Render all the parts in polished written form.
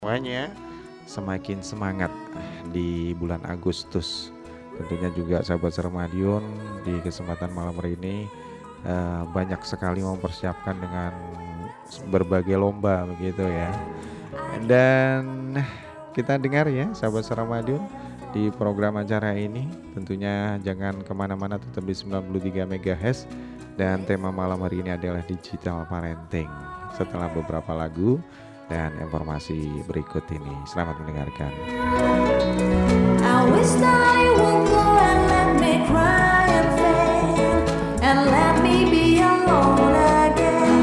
Semuanya semakin semangat di bulan Agustus. Tentunya juga sahabat Sermadion di kesempatan malam hari ini banyak sekali mempersiapkan dengan berbagai lomba begitu ya. Dan kita dengar ya sahabat Sermadion di program acara ini tentunya jangan kemana-mana, tetap di 93 MHz. Dan tema malam hari ini adalah digital parenting. Setelah beberapa lagu dan informasi berikut ini, selamat mendengarkan. I wish that you won't go and let me cry and fail and let me be alone again.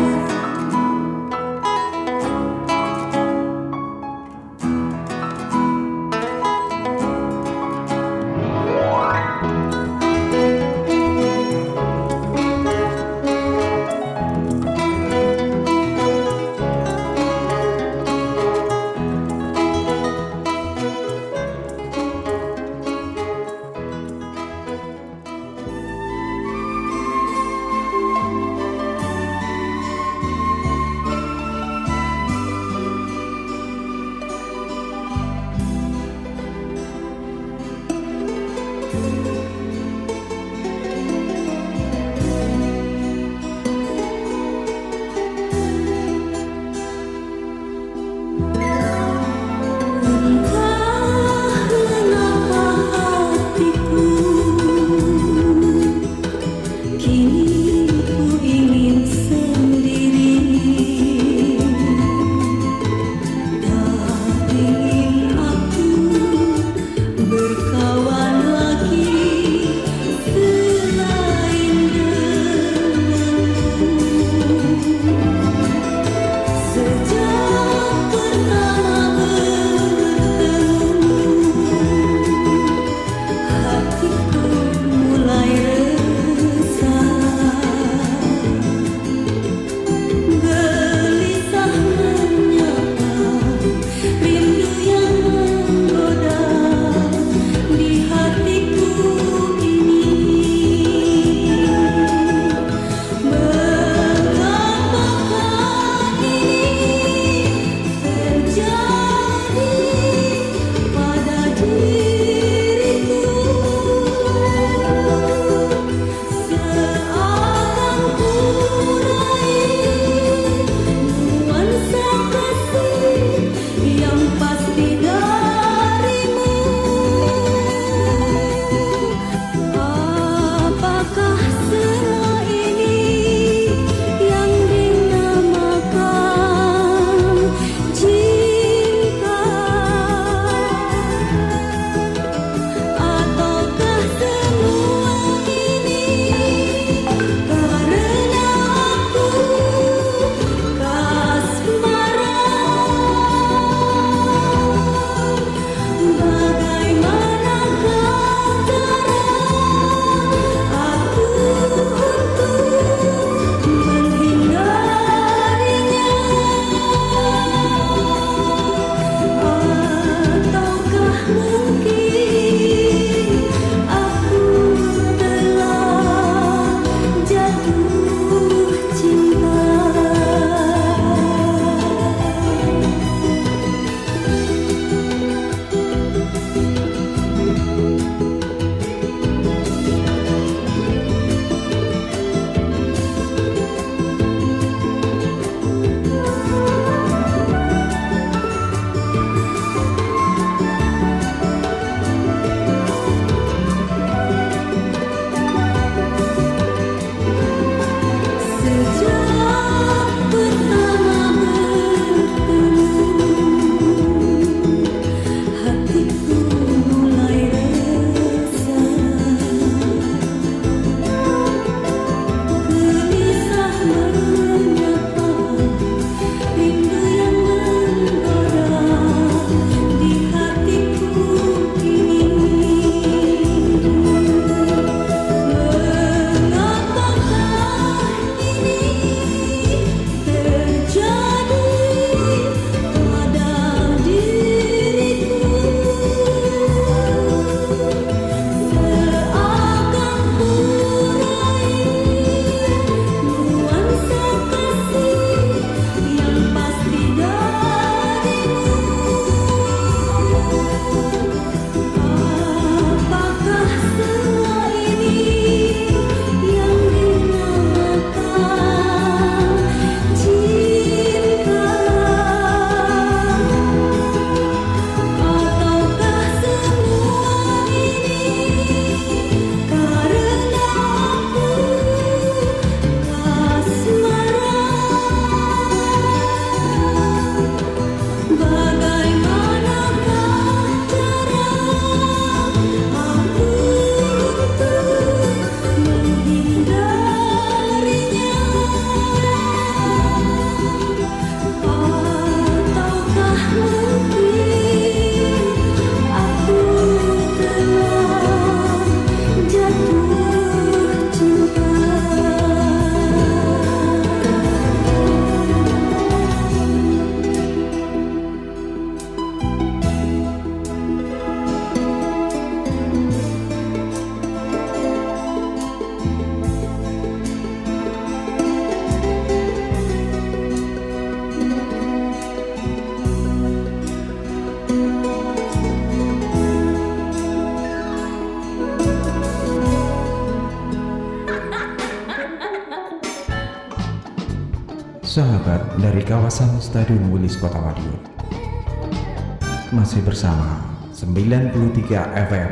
Sahabat dari kawasan Stadion Wilis Kota Madiun, masih bersama 93 FM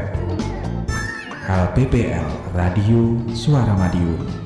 LPPL Radio Suara Madiun.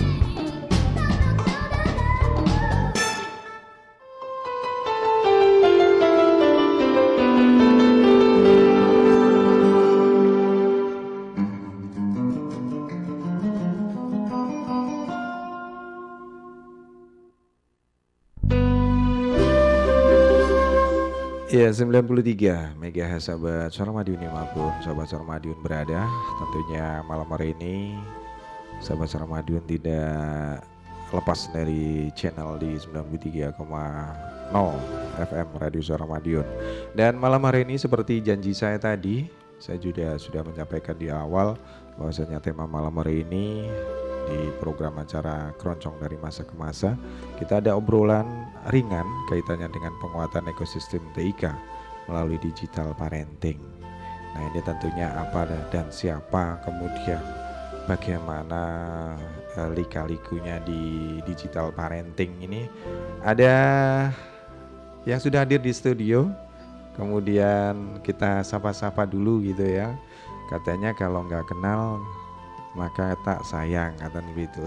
Ya, 93 MHz sahabat Suara Madiun dimanapun sahabat Suara Madiun berada. Tentunya malam hari ini sahabat Suara Madiun tidak lepas dari channel di 93,0 FM Radio Suara Madiun. Dan malam hari ini seperti janji saya tadi, saya juga sudah menyampaikan di awal bahwasanya tema malam hari ini di program acara Keroncong dari Masa ke Masa, kita ada obrolan ringan kaitannya dengan penguatan ekosistem TIK melalui digital parenting. Nah, ini tentunya apa dan siapa, kemudian bagaimana lika-likunya di digital parenting ini. Ada yang sudah hadir di studio, kemudian kita sapa-sapa dulu gitu ya. Katanya kalau nggak kenal maka tak sayang, kata begitu.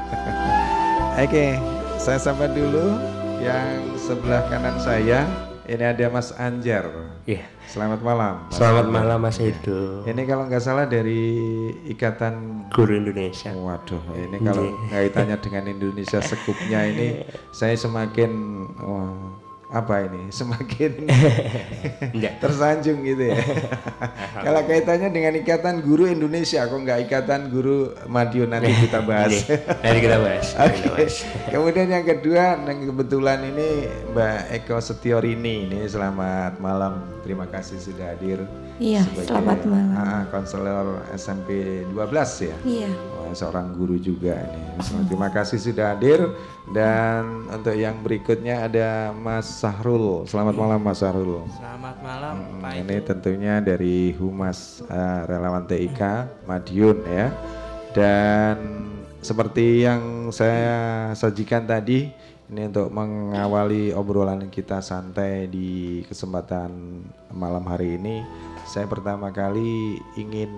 Oke, saya sapa dulu yang sebelah kanan saya. Ini ada Mas Anjar. Iya. Selamat malam. Selamat malam Mas Edo. Ini kalau nggak salah dari Ikatan Guru Indonesia. Waduh, ini kalau kaitannya dengan Indonesia Sekupnya ini saya semakin semakin tersanjung gitu ya. Kalau kaitannya dengan Ikatan Guru Indonesia, kok nggak Ikatan Guru Madiun, nanti kita bahas. Nanti kita bahas. Okay. Kemudian yang kedua, yang kebetulan ini Mbak Eko Setiorini. Ini selamat malam, terima kasih sudah hadir. Iya, selamat malam. Konselor SMP 12 ya. Iya. Seorang guru juga ini. Terima kasih sudah hadir. Dan untuk yang berikutnya ada Mas Sahrul. Selamat malam Mas Sahrul. Selamat malam Pak. Ini tentunya dari Humas Relawan TIK Madiun ya. Dan seperti yang saya sajikan tadi, ini untuk mengawali obrolan kita santai di kesempatan malam hari ini, saya pertama kali ingin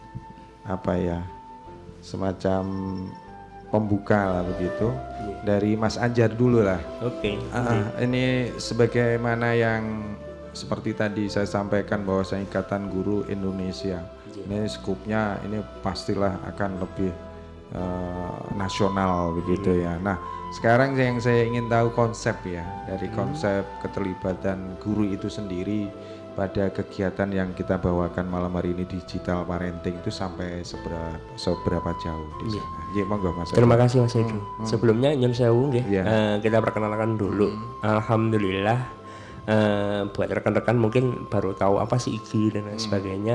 semacam pembuka lah begitu, dari Mas Anjar dulu lah. Oke. Ini sebagaimana yang seperti tadi saya sampaikan bahwa Ikatan Guru Indonesia ini skupnya ini pastilah akan lebih nasional begitu ya. Nah, sekarang yang saya ingin tahu konsep ya, dari konsep keterlibatan guru itu sendiri pada kegiatan yang kita bawakan malam hari ini, digital parenting, itu sampai seberapa jauh di sana. Ya, monggo Mas. Terima kasih Mas Edo. Sebelumnya nyun sewu nggih. Kita perkenalkan dulu. Alhamdulillah, buat rekan-rekan mungkin baru tahu apa sih IGI dan lain sebagainya.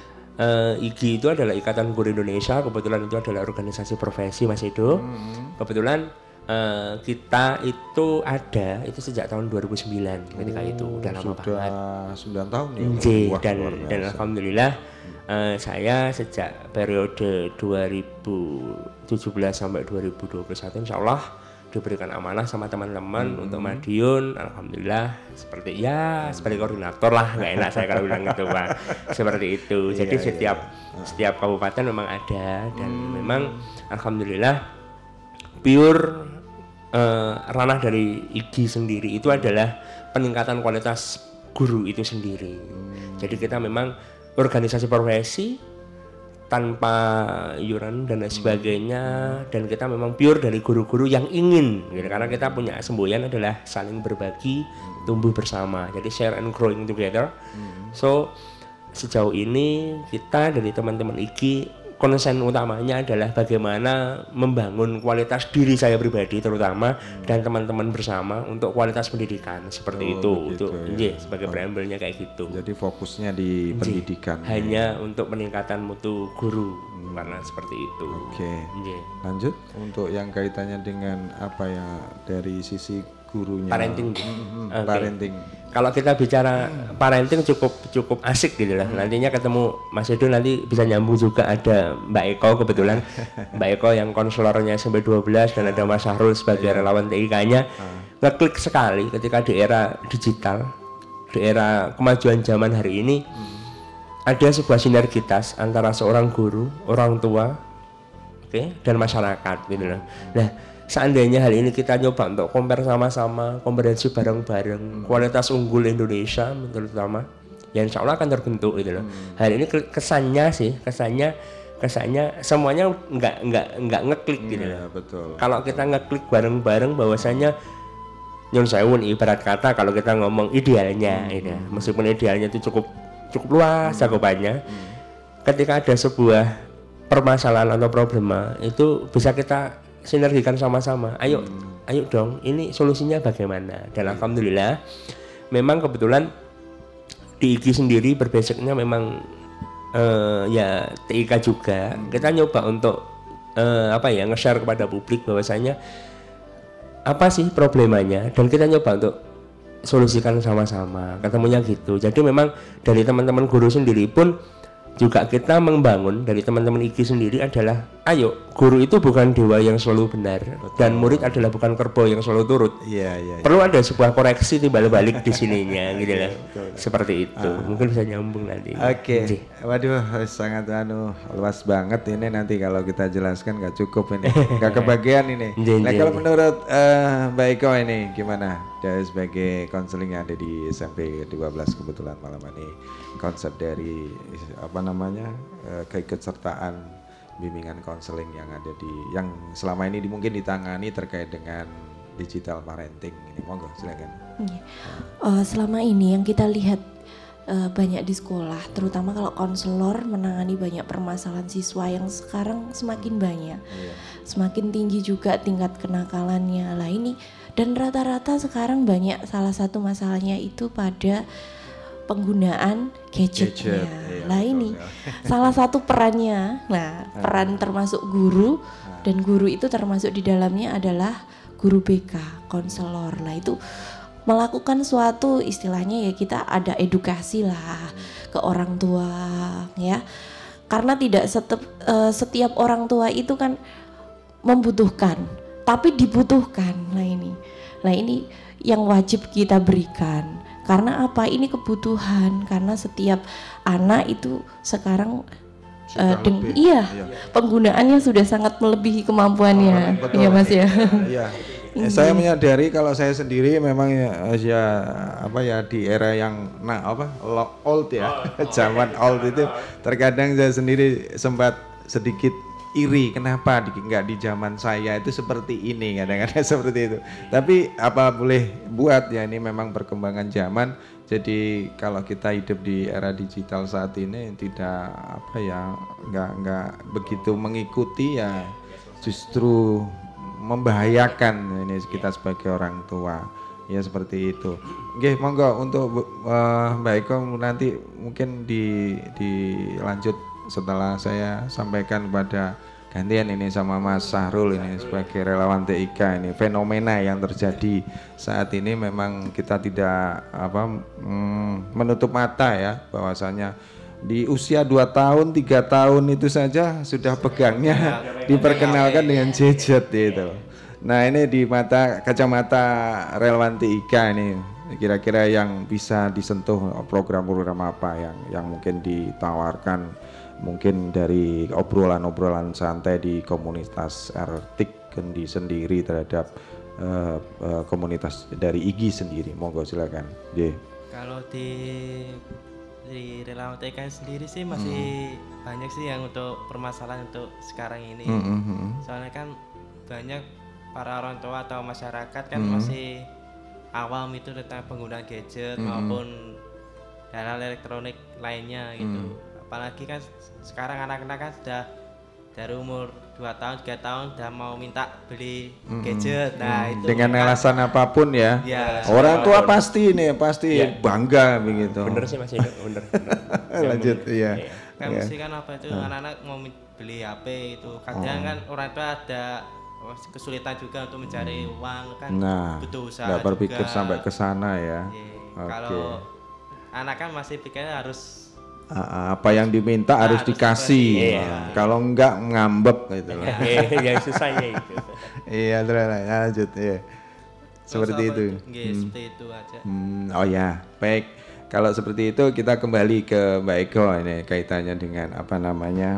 IGI itu adalah Ikatan Guru Indonesia. Kebetulan itu adalah organisasi profesi Mas Edo. Kebetulan kita itu ada itu sejak tahun 2009 ketika itu, udah lama banget. 9 tahun ya. Dan alhamdulillah saya sejak periode 2017 sampai 2021 insya Allah diberikan amanah sama teman-teman untuk Madiun. Alhamdulillah seperti koordinator lah, nggak enak saya kalau bilang gitu Pak. Seperti itu. Jadi setiap kabupaten memang ada, dan memang alhamdulillah pure ranah dari IGI sendiri itu adalah peningkatan kualitas guru itu sendiri. Jadi kita memang organisasi profesi tanpa iuran dan lain sebagainya, dan kita memang pure dari guru-guru yang ingin gitu, karena kita punya semboyan adalah saling berbagi, tumbuh bersama, jadi share and growing together. So sejauh ini kita dari teman-teman IGI konsen utamanya adalah bagaimana membangun kualitas diri saya pribadi terutama dan teman-teman bersama untuk kualitas pendidikan seperti itu. Sebagai preambelnya kayak gitu. Jadi fokusnya di pendidikan. Hanya untuk peningkatan mutu guru karena seperti itu. Oke. Lanjut untuk yang kaitannya dengan dari sisi gurunya. Parenting. Parenting. kalau kita bicara parenting cukup asik gitu lah. Nantinya ketemu Mas Edo nanti bisa nyambung juga, ada Mbak Eko kebetulan. Mbak Eko yang konselornya sampai 12 dan ada Mas Sahrul sebagai relawan TIK-nya. Ngeklik sekali ketika di era digital, di era kemajuan zaman hari ini, ada sebuah sinergitas antara seorang guru, orang tua, dan masyarakat gitu lah. Nah, seandainya hal ini kita nyoba untuk compare sama-sama, kompetensi bareng-bareng, kualitas unggul Indonesia terutama, ya insya Allah akan terbentuk gitu loh. Hal ini kesannya semuanya nggak ngeklik gitu loh. Betul. Kalau kita ngeklik bareng-bareng bahwasanya nyun sewun ibarat kata kalau kita ngomong idealnya, gitu. Meskipun idealnya itu cukup luas cakupannya, ketika ada sebuah permasalahan atau problema itu bisa kita sinergikan sama-sama. Ayo dong, ini solusinya bagaimana? Dan alhamdulillah memang kebetulan di IGI sendiri berbasicnya memang ya TIK juga. Kita nyoba untuk nge-share kepada publik bahwasanya apa sih problemanya dan kita nyoba untuk solusikan sama-sama. Ketemunya gitu. Jadi memang dari teman-teman guru sendiri pun juga kita membangun dari teman-teman IGI sendiri adalah ayo, guru itu bukan dewa yang selalu benar. Betul. Dan murid adalah bukan kerbau yang selalu turut. Iya. Perlu ada sebuah koreksi timbal balik di sininya gitu lah. Seperti itu. Mungkin bisa nyambung nanti. Oke. Waduh, sangat luas banget ini, nanti kalau kita jelaskan nggak cukup ini. Nggak kebagian ini. Nah, kalau menurut Mbak Eko ini gimana? Dari sebagai konseling yang ada di SMP 12 kebetulan malam ini, konsep dari keikutsertaan bimbingan konseling yang ada yang selama ini mungkin ditangani terkait dengan digital parenting ini, monggo silakan. Selama ini yang kita lihat banyak di sekolah, terutama kalau konselor menangani banyak permasalahan siswa yang sekarang semakin banyak, semakin tinggi juga tingkat kenakalannya lah ini, dan rata-rata sekarang banyak salah satu masalahnya itu pada penggunaan gadgetnya. Lah ini salah satu perannya. Nah, peran termasuk guru, dan guru itu termasuk di dalamnya adalah guru BK, konselor. Lah itu melakukan suatu istilahnya ya kita ada edukasi lah ke orang tua ya. Karena tidak setiap orang tua itu kan membutuhkan, tapi dibutuhkan. Nah ini yang wajib kita berikan. Karena apa? Ini kebutuhan. Karena setiap anak itu sekarang penggunaannya sudah sangat melebihi kemampuannya. Iya Mas ya. Iya. Saya menyadari kalau saya sendiri memang di era yang old ya, zaman old itu terkadang saya sendiri sempat sedikit iri, kenapa nggak di zaman saya itu seperti ini, kadang-kadang seperti itu. Tapi apa boleh buat ya, ini memang perkembangan zaman. Jadi kalau kita hidup di era digital saat ini tidak nggak begitu mengikuti ya, justru membahayakan ini kita sebagai orang tua ya, seperti itu. Oke, monggo untuk Mbak Eko nanti mungkin dilanjut setelah saya sampaikan pada gantian ini sama Mas Sahrul ini sebagai relawan TIK. Ini fenomena yang terjadi saat ini memang kita tidak menutup mata ya, bahwasanya di usia 2 tahun 3 tahun itu saja sudah pegangnya diperkenalkan dengan gadget itu. Nah, ini di kacamata relawan TIK ini kira-kira yang bisa disentuh program-program apa yang mungkin ditawarkan, mungkin dari obrolan-obrolan santai di komunitas RTIK Kendi sendiri terhadap komunitas dari IGI sendiri, monggo silakan. Kalau di relawan TIK sendiri sih masih banyak sih yang untuk permasalahan untuk sekarang ini. Soalnya kan banyak para orang tua atau masyarakat kan masih awam itu tentang penggunaan gadget maupun hal-hal elektronik lainnya gitu. Apalagi kan sekarang anak-anak kan sudah dari umur 2 tahun 3 tahun udah mau minta beli gadget. Nah itu dengan alasan apapun ya, orang tua pasti bangga begitu. Bener sih Mas Edo, bener. Lanjut ya. Kan mesti kan itu anak-anak mau beli HP itu kadang kan orang tua ada kesulitan juga untuk mencari uang kan, butuh usaha nggak berpikir juga sampai ke sana ya. Kalau anak kan masih pikirnya harus apa yang diminta harus dikasih. Kalau enggak ngambek gitu loh. Yang susahnya itu. Iya, terus lanjut ya. Seperti itu. Seperti itu aja. Oh ya, baik. Kalau seperti itu kita kembali ke Mbak Eko ini kaitannya dengan apa namanya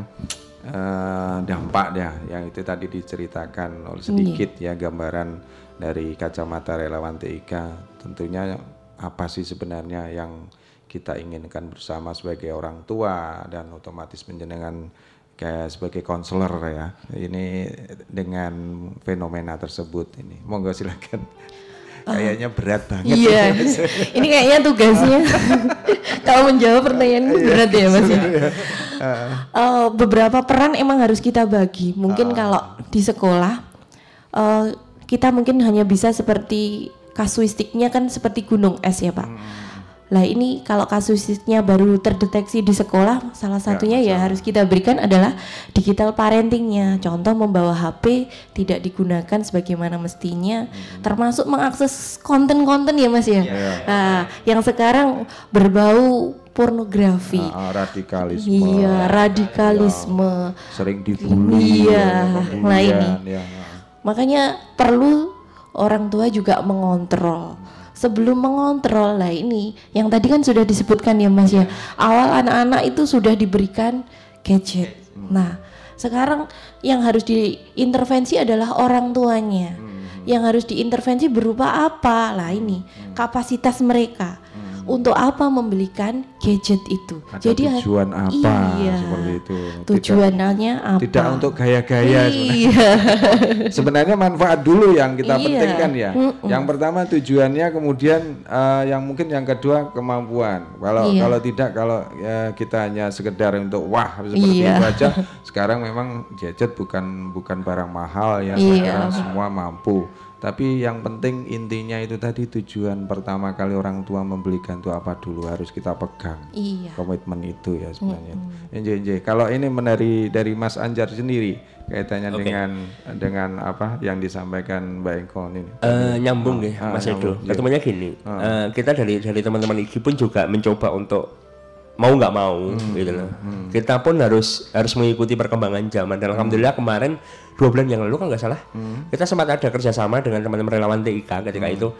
dampak ya, yang itu tadi diceritakan oleh sedikit ya gambaran dari kacamata relawan TIK. Tentunya apa sih sebenarnya yang kita inginkan bersama sebagai orang tua dan otomatis menjenengan kayak sebagai konselor ya. Ini dengan fenomena tersebut ini. Monggo silakan. Kayaknya berat banget. Iya, ini kayaknya tugasnya. Kalau menjawab pertanyaan itu berat ya Mas ya. Beberapa peran emang harus kita bagi. Mungkin kalau di sekolah kita mungkin hanya bisa seperti kasuistiknya kan seperti gunung es ya Pak. Lah ini kalau kasuistiknya baru terdeteksi di sekolah, salah satunya ya harus kita berikan adalah digital parentingnya. Contoh membawa HP tidak digunakan sebagaimana mestinya, termasuk mengakses konten-konten ya Mas ya. Nah, yang sekarang berbau pornografi, radikalisme. Iya, radikalisme. Sering dibully. Iya, nah ini. Makanya perlu orang tua juga mengontrol. Sebelum mengontrol lah ini, yang tadi kan sudah disebutkan ya Mas ya, awal anak-anak itu sudah diberikan gadget. Nah, sekarang yang harus diintervensi adalah orang tuanya. Yang harus diintervensi berupa apa? Lah ini, kapasitas mereka. Untuk apa membelikan gadget itu? Ada jadi tujuan apa iya, seperti itu? Tujuannya apa? Tidak untuk gaya-gaya Iya. sebenarnya manfaat dulu yang kita pentingkan ya. Yang pertama tujuannya, kemudian yang mungkin yang kedua kemampuan. Kalau tidak, kalau kita hanya sekedar untuk wah seperti itu aja. Sekarang memang gadget bukan barang mahal ya. Sekarang semua mampu. Tapi yang penting intinya itu tadi, tujuan pertama kali orang tua membelikan itu apa dulu harus kita pegang. Komitmen itu ya sebenarnya. Kalau ini dari Mas Anjar sendiri kaitannya dengan apa yang disampaikan Mbak Eko ini. Nyambung ya Mas Edo. Ketemunya gini, kita dari teman-teman IGI pun juga mencoba untuk mau nggak mau gitu loh. Kita pun harus mengikuti perkembangan zaman, dan alhamdulillah kemarin 2 bulan yang lalu kan nggak salah kita sempat ada kerjasama dengan teman-teman relawan TIK ketika itu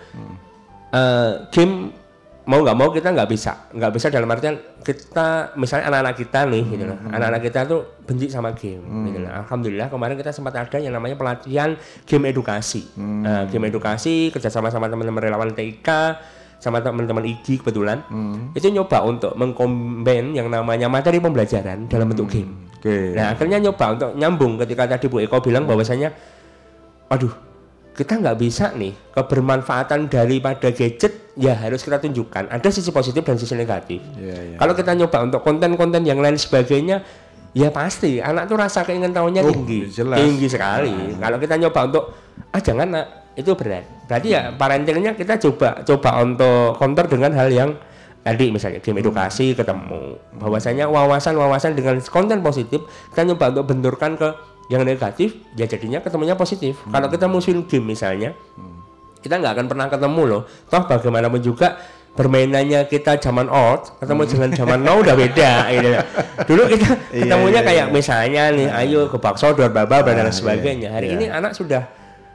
game mau nggak mau kita nggak bisa dalam artian kita misalnya anak-anak kita nih gitu loh, anak-anak kita tuh benci sama game gitu loh. Alhamdulillah kemarin kita sempat ada yang namanya pelatihan game edukasi. Game edukasi kerjasama sama teman-teman relawan TIK sama teman-teman IGI kebetulan itu nyoba untuk mengkombin yang namanya materi pembelajaran dalam bentuk game. Nah akhirnya nyoba untuk nyambung ketika tadi Bu Eko bilang bahwasanya aduh kita nggak bisa nih kebermanfaatan daripada gadget ya harus kita tunjukkan ada sisi positif dan sisi negatif. Kalau kita nyoba untuk konten-konten yang lain sebagainya ya pasti anak tuh rasa keingin tahunya tinggi sekali. Kalau kita nyoba untuk jangan nak itu berat. Berarti ya parentingnya kita coba untuk counter dengan hal yang tadi misalnya game edukasi ketemu bahwasanya wawasan dengan konten positif kita nyoba untuk benturkan ke yang negatif ya jadinya ketemunya positif. Kalau kita musuhin game misalnya kita nggak akan pernah ketemu loh. Toh bagaimanapun juga permainannya kita zaman old ketemu dengan zaman now udah beda gitu. Dulu kita ketemunya kayak misalnya nih ayo ke bakso baba dan sebagainya. Hari ini anak sudah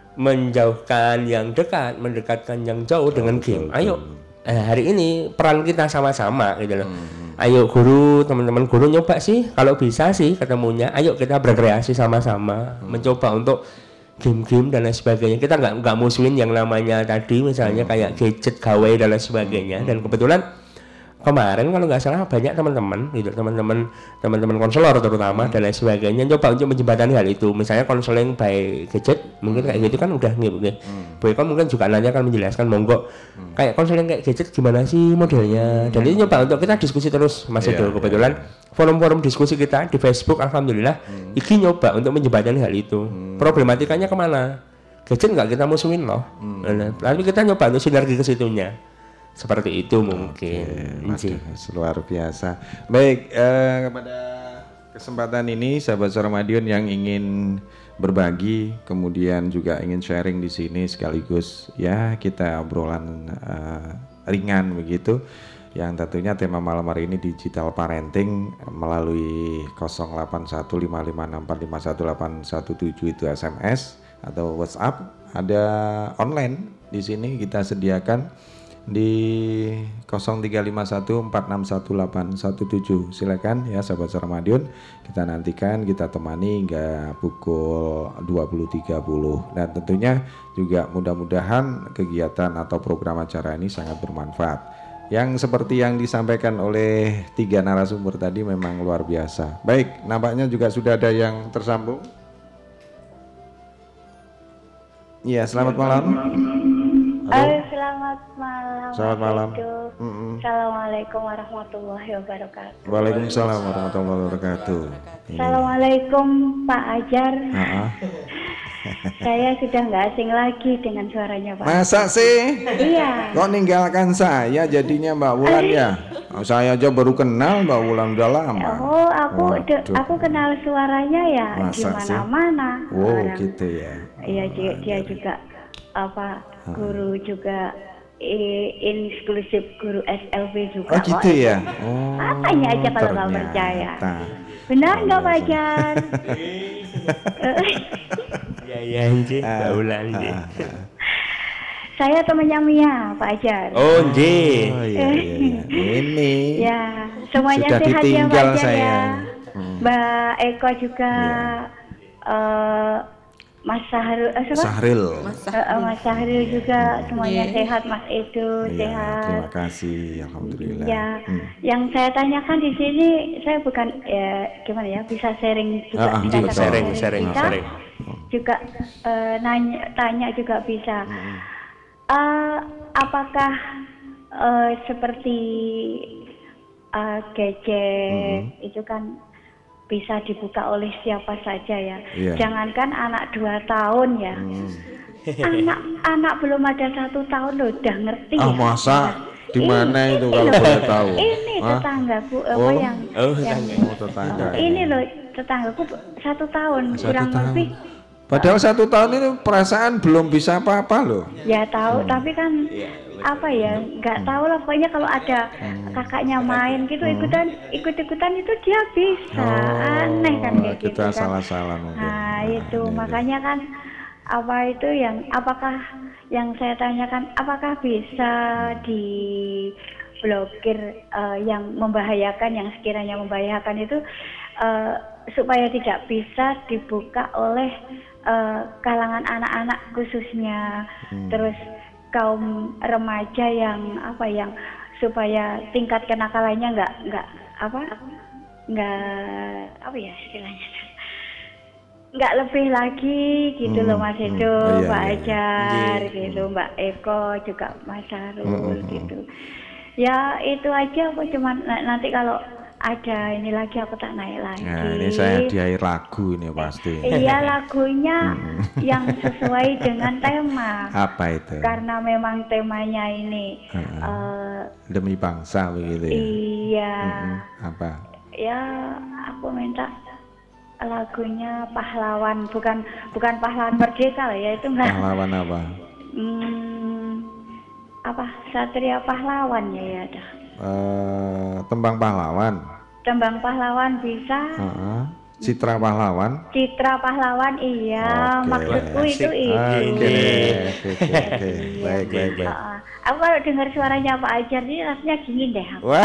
menjauhkan yang dekat, mendekatkan yang jauh dengan game. Ayo, hari ini peran kita sama-sama gitu loh. Ayo guru, teman-teman guru nyoba sih, kalau bisa sih ketemunya. Ayo kita berkreasi sama-sama, mencoba untuk game-game dan lain sebagainya. Kita nggak musuhin yang namanya tadi misalnya kayak gadget, gawe dan lain sebagainya. Dan kebetulan kemarin kalau nggak salah banyak teman-teman gitu, teman-teman konselor terutama dan lain sebagainya coba untuk menjembatani hal itu. Misalnya konseling by gadget mungkin kayak gitu kan udah nih Bu Eko mungkin juga nanti akan menjelaskan monggo kayak konseling kayak gadget gimana sih modelnya, dan itu nyoba untuk kita diskusi terus Mas Edo. Kebetulan forum-forum diskusi kita di Facebook alhamdulillah iki nyoba untuk menjembatani hal itu. Problematikanya kemana? Gadget nggak kita musuhin loh, lalu kita nyoba untuk sinergi ke situnya. Seperti itu mungkin. Luar biasa. Baik, kepada kesempatan ini sahabat Suara Madiun yang ingin berbagi, kemudian juga ingin sharing di sini sekaligus ya kita obrolan ringan begitu. Yang tentunya tema malam hari ini digital parenting melalui 081556451817 itu SMS atau WhatsApp. Ada online di sini kita sediakan di 0351461817. Silakan ya sahabat Suara Madiun, kita nantikan, kita temani hingga pukul 20.30. Dan tentunya juga mudah-mudahan kegiatan atau program acara ini sangat bermanfaat. Yang seperti yang disampaikan oleh 3 narasumber tadi memang luar biasa. Baik, nampaknya juga sudah ada yang tersambung. Iya, selamat malam. Halo. Selamat malam. Selamat malam. Assalamualaikum warahmatullahi wabarakatuh. Waalaikumsalam warahmatullahi wabarakatuh. Assalamualaikum Pak Ajar. Ah. Saya sudah nggak asing lagi dengan suaranya Pak. Masa sih? Iya. Kok ninggalkan saya jadinya Mbak Wulan ya? Oh, saya aja baru kenal Mbak Wulan udah lama. Oh, aku Waduh. kenal suaranya ya di Masa sih? mana-mana. Wow, orang. gitu ya. Iya, dia juga guru juga inklusif guru SLB juga. Oh gitu ya. Oh, Tanya aja kalau nggak percaya. Benar nggak Pak Ajar? Ya anjing, Mbak Wulan nggih. Saya temannya Mia, Pak Ajar. Oh nggih. Oh iya. Ini. Ya, semuanya Sudah sehat ya Pak ditinggal Ajar saya. ya. Mbak Eko juga, Mas Sahrul, Mas Sahrul juga semuanya sehat, Mas Edo Iya, sehat. terima kasih, alhamdulillah. Ya, yang saya tanyakan di sini, saya bukan gimana ya, bisa sharing juga, bisa sharing. juga tanya juga bisa. Apakah seperti gadget itu kan bisa dibuka oleh siapa saja ya. Iya. Jangankan anak 2 tahun ya. Anak belum ada 1 tahun loh udah ngerti ya. Masa di mana itu kalau boleh tahu? Ini tetanggaku yang tetangga. ini loh tetanggaku 1 tahun kurang lebih. Padahal 1 tahun ini perasaan belum bisa apa-apa loh. Ya tahu, tapi kan apa ya, nggak tahu lah, pokoknya kalau ada kakaknya main gitu ikut-ikutan itu dia bisa. Aneh kan kayak gitu kita kan. salah-salah mungkin. Nah itu makanya kan apakah yang saya tanyakan, apakah bisa diblokir yang membahayakan, yang sekiranya membahayakan itu supaya tidak bisa dibuka oleh kalangan anak-anak khususnya, terus kaum remaja yang supaya tingkat kenakalannya nggak istilahnya nggak lebih lagi gitu loh Mas Edo, Pak Ajar gitu, Mbak Eko juga Mas Sarul gitu. Ya itu aja, aku cuman nanti kalau ada ini lagi aku tak naik lagi. Nah, ini saya di akhir lagu ini pasti. Iya, lagunya yang sesuai dengan tema. Apa itu? Karena memang temanya ini demi bangsa begitu ya. Iya. Apa? Ya, aku minta lagunya pahlawan, bukan pahlawan merdeka lah ya, itu enggak. Pahlawan apa? Satria pahlawan ya ada. Tembang pahlawan. Tembang pahlawan bisa. Citra pahlawan. Citra pahlawan iya. Oke, Maksudku itu. Oke. Baik. Aku kalau dengar suaranya Pak Ajar ini rasanya dingin deh. Wah.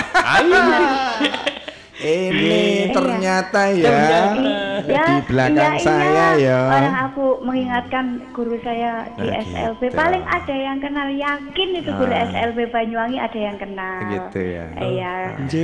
Ini ternyata ya di belakang saya ya. Orang aku mengingatkan guru saya di SLB. Paling ada yang kenal, yakin itu guru SLB Banyuwangi ada yang kenal. Gitu ya. Iya.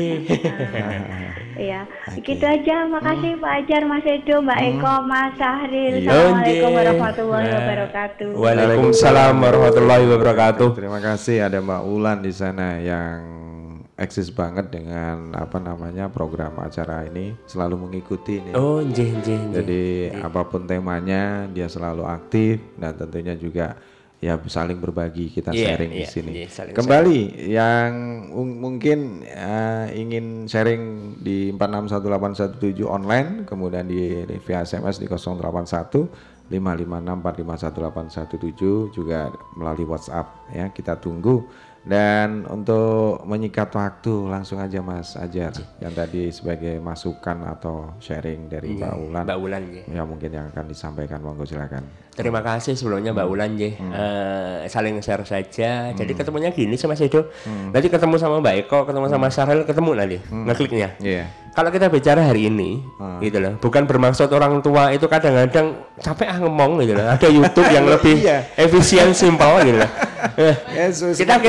Iya. Gitu aja. Makasih Pak Ajar, Mas Edo, Mbak Eko, Mas Sahril. Assalamualaikum warahmatullahi wabarakatuh. Waalaikumsalam warahmatullahi wabarakatuh. Terima kasih ada Mbak Wulan di sana yang eksis banget dengan program acara ini, selalu mengikuti ini. Oh, nggih. Jadi apapun temanya dia selalu aktif dan tentunya juga ya saling berbagi, kita sharing di sini. Kembali yang mungkin ingin sharing di 461817 online, kemudian di via SMS di 081 556451817 juga melalui WhatsApp ya, kita tunggu Dan untuk menyikat waktu langsung aja Mas Ajar yang tadi sebagai masukan atau sharing dari Mbak Ulan. Mbak Ulan ya mungkin yang akan disampaikan, monggo silakan. Terima kasih sebelumnya Mbak Ulan saling share saja. Jadi ketemunya gini sih Mas Edo. Nanti ketemu sama Mbak Eko, ketemu sama Sarel, ketemu nanti ngekliknya. Kalau kita bicara hari ini gitu loh, bukan bermaksud orang tua itu kadang-kadang capek ngomong gitu loh. Ada YouTube yang lebih efisien, simpel gitu loh. Kita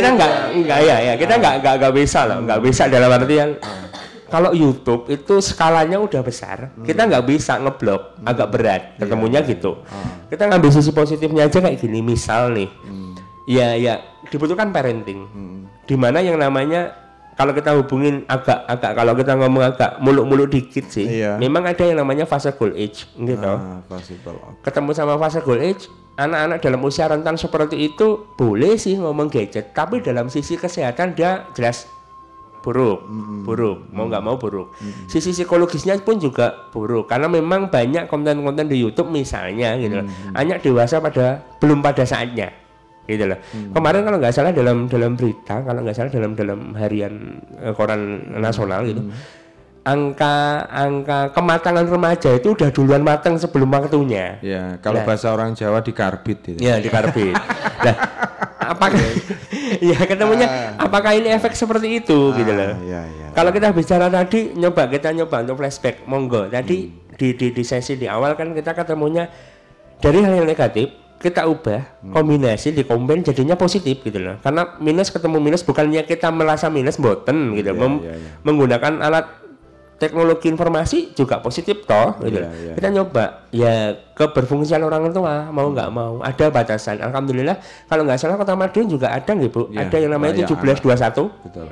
nggak bisa loh, nggak bisa dalam artian kalau YouTube itu skalanya udah besar, kita nggak bisa ngeblok, agak berat ketemunya gitu. Kita ngambil sisi positifnya aja kayak gini, misal nih, ya dibutuhkan parenting, dimana yang namanya kalau kita hubungin agak kalau kita ngomong agak muluk-muluk dikit sih, memang ada yang namanya fase goal age gitu. Ketemu sama fase goal age, anak-anak dalam usia rentan seperti itu boleh sih ngomong gadget, tapi dalam sisi kesehatan dia jelas buruk, mau nggak mau buruk. Sisi psikologisnya pun juga buruk, karena memang banyak konten-konten di YouTube misalnya gitu, anak dewasa belum pada saatnya. Gitu loh. Kemarin kalau nggak salah dalam berita, kalau nggak salah dalam harian koran nasional gitu, angka kematangan remaja itu udah duluan matang sebelum waktunya. Ya, kalau bahasa orang Jawa dikarbit gitu. Ya, dikarbit. Nah, apakah ya ketemunya apakah ini efek seperti itu gitu loh. Kalau kita bicara tadi kita nyoba untuk flashback, monggo. Tadi di sesi di awal kan kita ketemunya dari hal yang negatif, kita ubah kombinasi di combine jadinya positif gitu loh. Karena minus ketemu minus, bukannya kita merasa minus boten gitu. Menggunakan alat teknologi informasi juga positif toh gitu. Kita nyoba ya keberfungsian orang tua, mau nggak mau ada batasan. Alhamdulillah kalau nggak salah Kota Madiun juga ada nggih Bu, ada yang namanya 1721. Betul.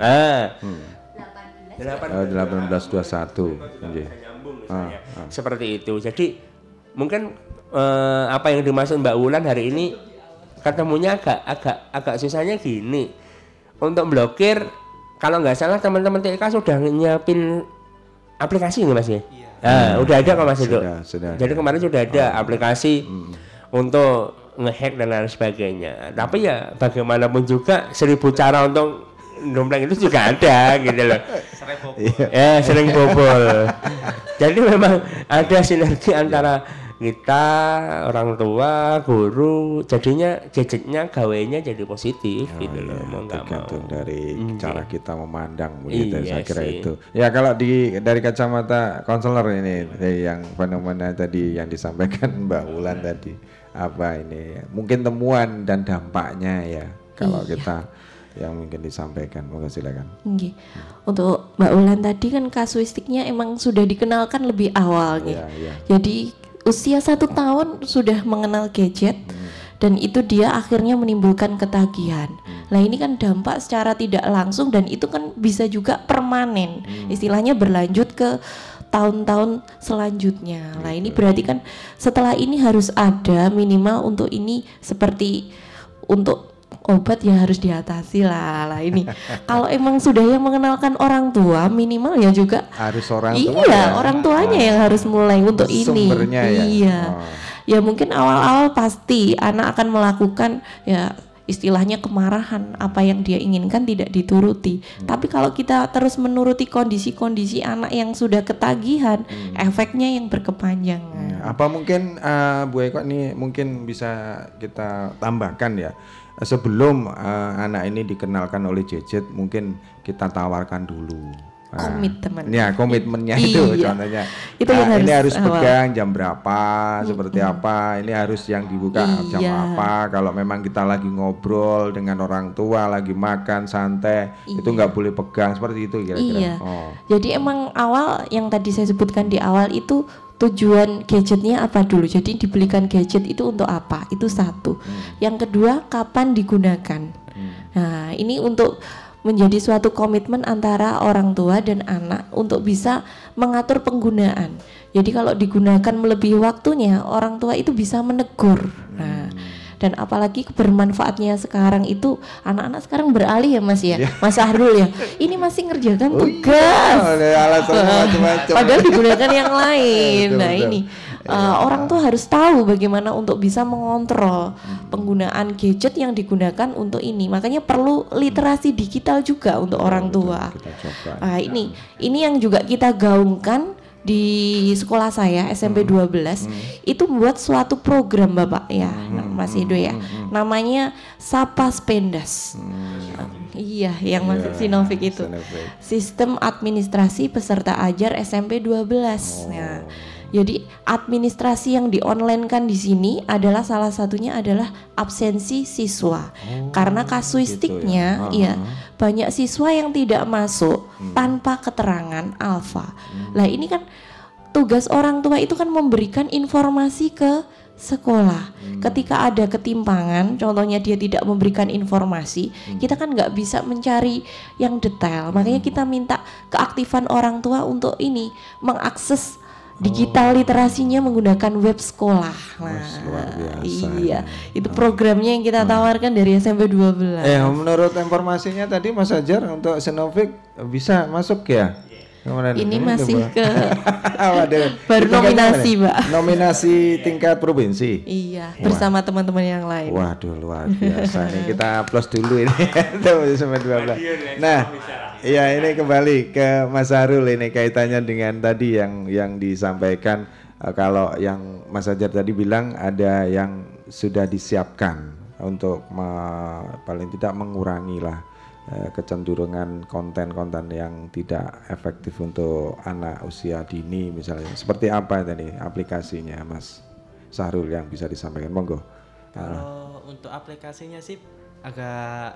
1821. Seperti itu. Jadi mungkin apa yang dimaksud Mbak Wulan hari ini ketemunya agak susahnya gini. Untuk blokir kalau nggak salah teman-teman TK sudah nyiapin aplikasi nggak Mas ya? Udah ada kok Mas itu. Jadi kemarin sudah ada aplikasi untuk ngehack dan lain sebagainya. Tapi ya bagaimanapun juga 1000 cara untuk dompleng itu juga ada gitu loh. Sering bobol. Jadi memang ada sinergi antara kita, orang tua, guru, jadinya gadgetnya gawainya jadi positif gitu loh, mau nggak mau. Dari cara kita memandang begitu, saya kira itu. Ya kalau dari kacamata konselor ini, yang fenomena tadi yang disampaikan Mbak Wulan tadi, apa ini? Mungkin temuan dan dampaknya ya, kalau kita yang mungkin disampaikan, monggo silakan. Untuk Mbak Wulan tadi kan kasuistiknya emang sudah dikenalkan lebih awal gitu. Jadi usia 1 tahun sudah mengenal gadget dan itu dia akhirnya menimbulkan ketagihan. Nah ini kan dampak secara tidak langsung dan itu kan bisa juga permanen, istilahnya berlanjut ke tahun-tahun selanjutnya. Nah ini berarti kan setelah ini harus ada minimal untuk ini seperti untuk obat ya harus diatasi lah ini. Kalau emang sudah yang mengenalkan orang tua, minimal ya juga harus orang tua. Orang tuanya yang harus mulai untuk ini. Ya mungkin awal-awal pasti anak akan melakukan ya istilahnya kemarahan, apa yang dia inginkan tidak dituruti. Tapi kalau kita terus menuruti kondisi-kondisi anak yang sudah ketagihan, efeknya yang berkepanjangan. Apa mungkin Bu Eko nih mungkin bisa kita tambahkan ya, sebelum anak ini dikenalkan oleh gadget, mungkin kita tawarkan dulu komitmen. Ya, komitmennya itu contohnya. Itu yang ini harus pegang jam berapa, seperti apa, ini harus yang dibuka jam apa. Kalau memang kita lagi ngobrol dengan orang tua, lagi makan santai, itu nggak boleh pegang, seperti itu kira-kira. Jadi emang awal yang tadi saya sebutkan di awal itu tujuan gadgetnya apa dulu. Jadi dibelikan gadget itu untuk apa? Itu satu. Yang kedua, kapan digunakan. Nah, ini untuk menjadi suatu komitmen antara orang tua dan anak untuk bisa mengatur penggunaan. Jadi kalau digunakan melebihi waktunya, orang tua itu bisa menegur. Nah, dan apalagi bermanfaatnya sekarang itu anak-anak sekarang beralih ya Mas ya, Mas Ahrul ya. Ini masih ngerjakan tugas. Padahal digunakan yang lain. Nah ini Orang tuh harus tahu bagaimana untuk bisa mengontrol penggunaan gadget yang digunakan untuk ini. Makanya perlu literasi digital juga untuk orang tua. Nah, ini yang juga kita gaungkan di sekolah saya SMP 12 itu buat suatu program Bapak ya, Mas Edo ya. Namanya Sapa Spendas. Iya, yang masuk Sinovik itu. Sistem Administrasi Peserta Ajar SMP 12. Nah, jadi administrasi yang di-online-kan di sini adalah salah satunya adalah absensi siswa. Karena kasuistiknya ya banyak siswa yang tidak masuk tanpa keterangan alfa. Lah ini kan tugas orang tua itu kan memberikan informasi ke sekolah. Ketika ada ketimpangan, contohnya dia tidak memberikan informasi, kita kan nggak bisa mencari yang detail. Makanya kita minta keaktifan orang tua untuk ini mengakses digital literasinya menggunakan web sekolah. Nah, luar biasa. Iya, itu programnya yang kita tawarkan dari SMP 12. Menurut informasinya tadi Mas Ajar untuk Sinovik bisa masuk ya? Ini masih ke baru nominasi, Mbak. Nominasi tingkat provinsi. Iya, bersama teman-teman yang lain. Waduh, luar biasa nih. Kita plus dulu ini. Sampai 12. Nah, iya ini kembali ke Mas Harul ini kaitannya dengan tadi yang disampaikan kalau yang Mas Ajar tadi bilang ada yang sudah disiapkan untuk paling tidak mengurangi lah kecenderungan konten-konten yang tidak efektif untuk anak usia dini misalnya. Seperti apa tadi aplikasinya Mas Sahrul yang bisa disampaikan? Monggo. Kalau untuk aplikasinya sih agak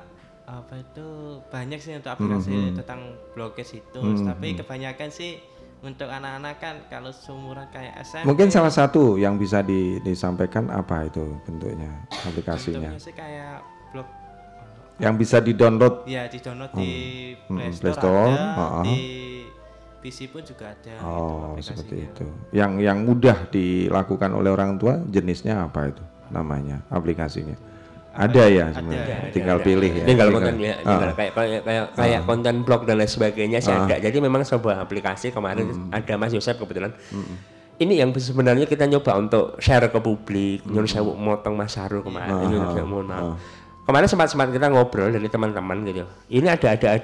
banyak sih untuk aplikasi tentang blogges itu, tapi kebanyakan sih untuk anak-anak kan kalau seumuran kayak SMP. Mungkin salah satu yang bisa disampaikan apa itu bentuknya aplikasinya? Bentuknya sih kayak blog yang bisa di-download. Ya, di-download di Play Store ada, di PC pun juga ada. Seperti itu. Yang mudah dilakukan oleh orang tua jenisnya apa itu namanya aplikasinya? Ada ya sebenarnya. Tinggal pilih ya. Tinggal konten ya. Kayak konten blog dan lain sebagainya sih ada. Jadi memang sebuah aplikasi kemarin ada Mas Yosef kebetulan. Ini yang sebenarnya kita nyoba untuk share ke publik. Nyuruh saya motong Mas Harul kemarin. Mohon maaf. Kemarin sempat kita ngobrol dari teman-teman gitu. Ini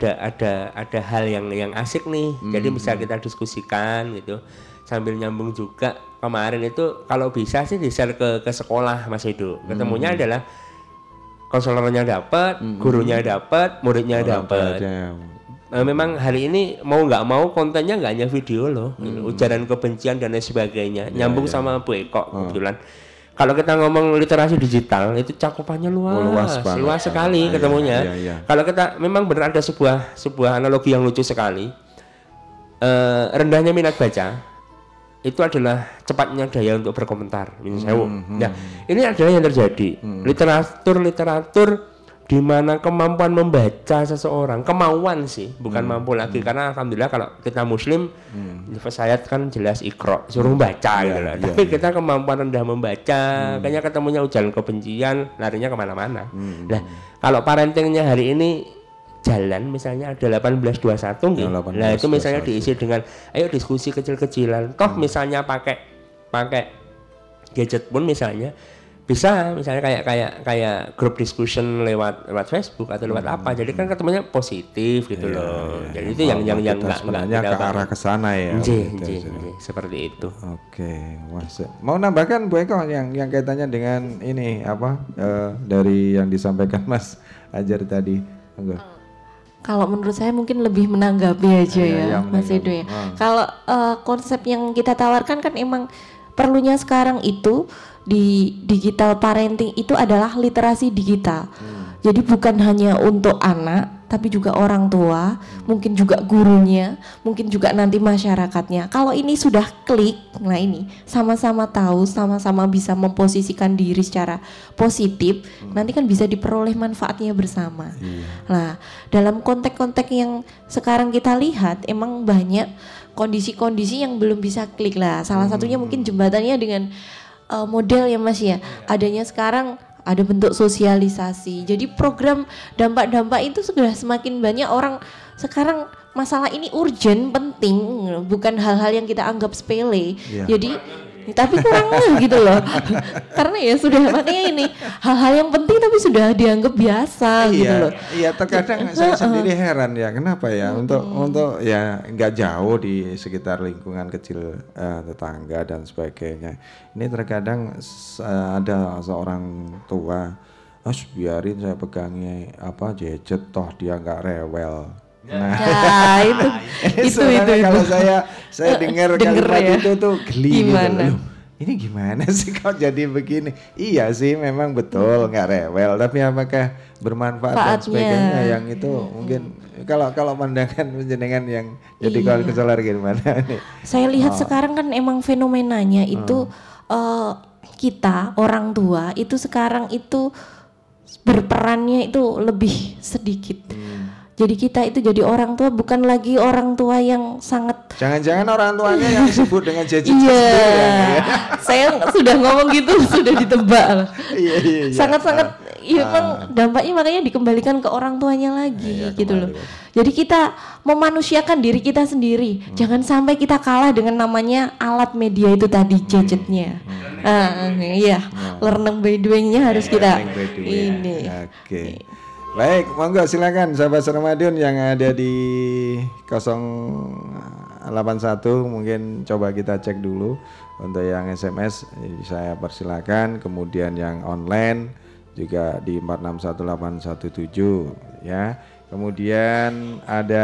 ada hal yang asik nih. Jadi bisa kita diskusikan gitu. Sambil nyambung juga kemarin itu kalau bisa sih di-share ke sekolah Mas Edo. Ketemunya adalah konselornya dapat, gurunya dapat, muridnya dapat. Memang hari ini mau nggak mau kontennya nggak hanya video loh, ujaran kebencian dan lain sebagainya. Nyambung sama Bu Eko kebetulan. Kalau kita ngomong literasi digital itu cakupannya luas sekali ketemunya. Kalau kita memang benar ada sebuah analogi yang lucu sekali. Rendahnya minat baca itu adalah cepatnya daya untuk berkomentar. Nah, ini adalah yang terjadi. Literatur di mana kemampuan membaca seseorang, kemauan sih, bukan mampu lagi, karena alhamdulillah kalau kita muslim, saya kan jelas Iqra, suruh baca gitu loh. Tapi kita kemampuan rendah membaca, kayaknya ketemunya ujaran kebencian, larinya kemana-mana. Nah, kalau parentingnya hari ini jalan misalnya ada 1821 gitu. Nah, itu misalnya diisi dengan ayo diskusi kecil-kecilan. Toh misalnya pakai gadget pun misalnya bisa misalnya kayak grup discussion lewat Facebook atau lewat apa, jadi kan ketemunya positif gitu loh. Jadi itu yang sebenarnya ke arah kesana ya. Seperti itu. Oke, mau nambahkan Bu Eko yang kaitannya dengan ini apa dari yang disampaikan Mas Ajar tadi? Kalau menurut saya mungkin lebih menanggapi aja ya Mas Edo ya. Kalau konsep yang kita tawarkan kan emang perlunya sekarang itu di digital parenting itu adalah literasi digital. Jadi bukan hanya untuk anak, tapi juga orang tua, mungkin juga gurunya, mungkin juga nanti masyarakatnya. Kalau ini sudah klik, nah ini sama-sama tahu, sama-sama bisa memposisikan diri secara positif, nanti kan bisa diperoleh manfaatnya bersama. Nah, dalam konteks-konteks yang sekarang kita lihat, emang banyak kondisi-kondisi yang belum bisa klik lah. Salah satunya mungkin jembatannya dengan model ya Mas ya, adanya sekarang ada bentuk sosialisasi. Jadi program dampak-dampak itu sudah semakin banyak orang sekarang, masalah ini urgent, penting, bukan hal-hal yang kita anggap sepele. Jadi Tapi kurang gitu loh. Karena ya sudah makanya ini hal-hal yang penting tapi sudah dianggap biasa gitu loh. Iya, terkadang saya sendiri heran ya, kenapa ya untuk ya nggak jauh di sekitar lingkungan kecil tetangga dan sebagainya. Ini terkadang ada seorang tua, biarin saya pegangnya gadget toh dia nggak rewel. Nah, itu kalau saya dengar kalimat ya. itu tuh geli Gimana? gitu. Ini gimana sih kok jadi begini? Iya sih memang betul nggak rewel, tapi apakah bermanfaat dan sebagainya yang itu mungkin kalau pandangan penjenengan yang jadi konselor gimana nih? Saya lihat sekarang kan emang fenomenanya itu kita orang tua itu sekarang itu berperannya itu lebih sedikit. Jadi kita itu jadi orang tua bukan lagi orang tua yang sangat. Jangan-jangan orang tuanya yang disebut dengan gadget. Iya, saya sudah ngomong gitu sudah ditebak. Iya. Sangat-sangat, memang dampaknya makanya dikembalikan ke orang tuanya lagi gitu loh. Jadi kita memanusiakan diri kita sendiri. Jangan sampai kita kalah dengan namanya alat media itu tadi gadgetnya. Learning by doing-nya harus kita ini. Oke. Baik, monggo silakan sahabat Sermadion yang ada di 081 mungkin coba kita cek dulu untuk yang SMS saya persilakan, kemudian yang online juga di 461817 ya. Kemudian ada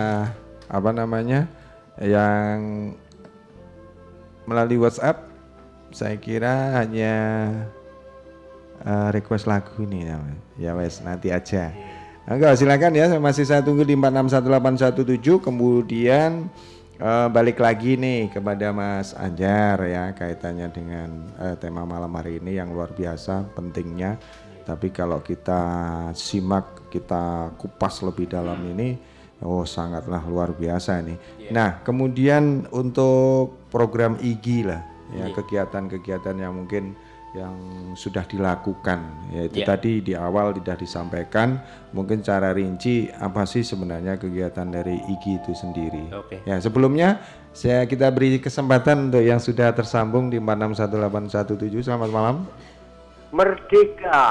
yang melalui WhatsApp saya kira hanya request lagu nih namanya. Ya wes nanti aja. Enggak silakan ya, masih saya tunggu di 461817. Kemudian balik lagi nih kepada Mas Anjar ya kaitannya dengan tema malam hari ini yang luar biasa pentingnya. Tapi kalau kita simak, kita kupas lebih dalam ini, sangatlah luar biasa nih. Nah kemudian untuk program IGI lah ya, kegiatan-kegiatan yang mungkin yang sudah dilakukan yaitu tadi di awal tidak disampaikan mungkin cara rinci apa sih sebenarnya kegiatan dari IGI itu sendiri. Ya sebelumnya kita beri kesempatan untuk yang sudah tersambung di 461817. Selamat malam. Merdeka.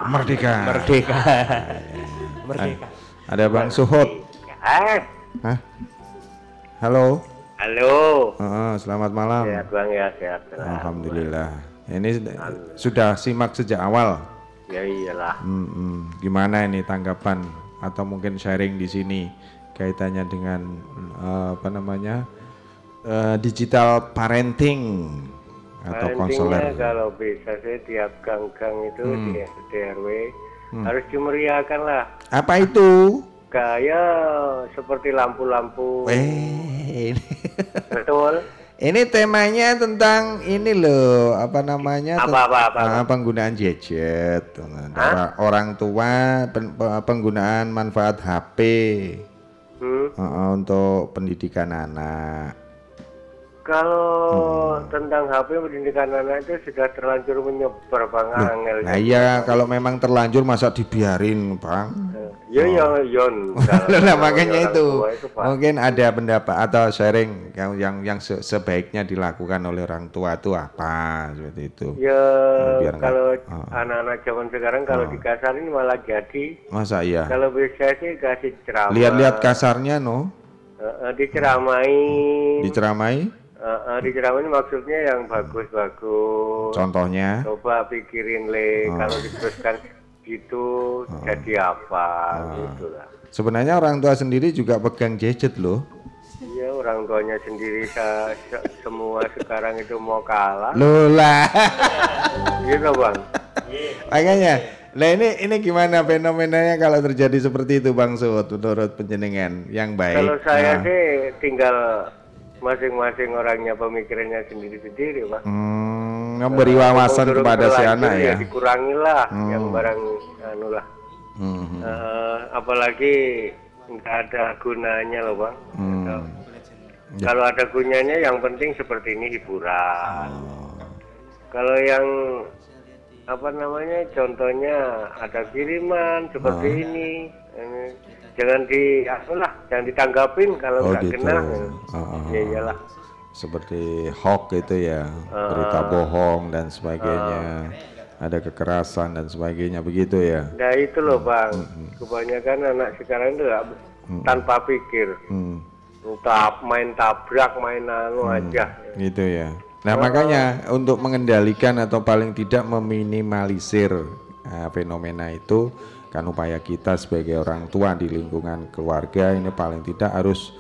Ada Bang Suhut. Halo. Selamat malam. Sehat Bang ya, sehat. Alhamdulillah. Ini sudah simak sejak awal. Ya iyalah. Gimana ini tanggapan atau mungkin sharing di sini kaitannya dengan digital parenting atau konselor. Kalau bisa sih tiap gang-gang itu di RW harus dimeriahkan lah. Apa itu? Kayak seperti lampu-lampu. Betul. Ini temanya tentang ini loh, penggunaan gadget, orang tua, penggunaan manfaat HP untuk pendidikan anak. Kalau tentang HP pendidikan anak itu sudah terlanjur menyebar Bang Angel. Nah iya, kalau memang terlanjur masa dibiarin Bang? Nah makanya itu mungkin ada pendapat atau sharing yang sebaiknya dilakukan oleh orang tua itu apa seperti itu. Ya kalau anak-anak zaman sekarang kalau dikasarin malah jadi. Masa iya? Kalau bisa sih kasih ceramah. Lihat-lihat kasarnya diceramain. Diceramain maksudnya yang bagus-bagus. Contohnya? Coba pikirin kalau diteruskan gitu jadi apa gitu lah. Sebenarnya orang tua sendiri juga pegang gadget loh. Iya orang tuanya sendiri semua sekarang itu mau kalah. Loh lah. Gitu Bang. Makanya, nah ini gimana fenomenanya kalau terjadi seperti itu Bang Sud menurut penjenengan yang baik? Kalau saya sih tinggal masing-masing orangnya pemikirannya sendiri-sendiri Pak. Memberi wawasan kepada si anak ya. Dikurangilah yang barang apalagi nggak ada gunanya loh Bang. Kalau ada gunanya yang penting seperti ini hiburan. Kalau yang contohnya ada kiriman seperti ini. Jangan ditanggapin kalau nggak kena. Ya iyalah. seperti hoax itu ya, berita bohong dan sebagainya, ada kekerasan dan sebagainya begitu ya. Nah itu loh Bang, kebanyakan anak sekarang itu tanpa pikir, main tabrak, main aja. Gitu ya. Nah makanya untuk mengendalikan atau paling tidak meminimalisir fenomena itu, kan upaya kita sebagai orang tua di lingkungan keluarga ini paling tidak harus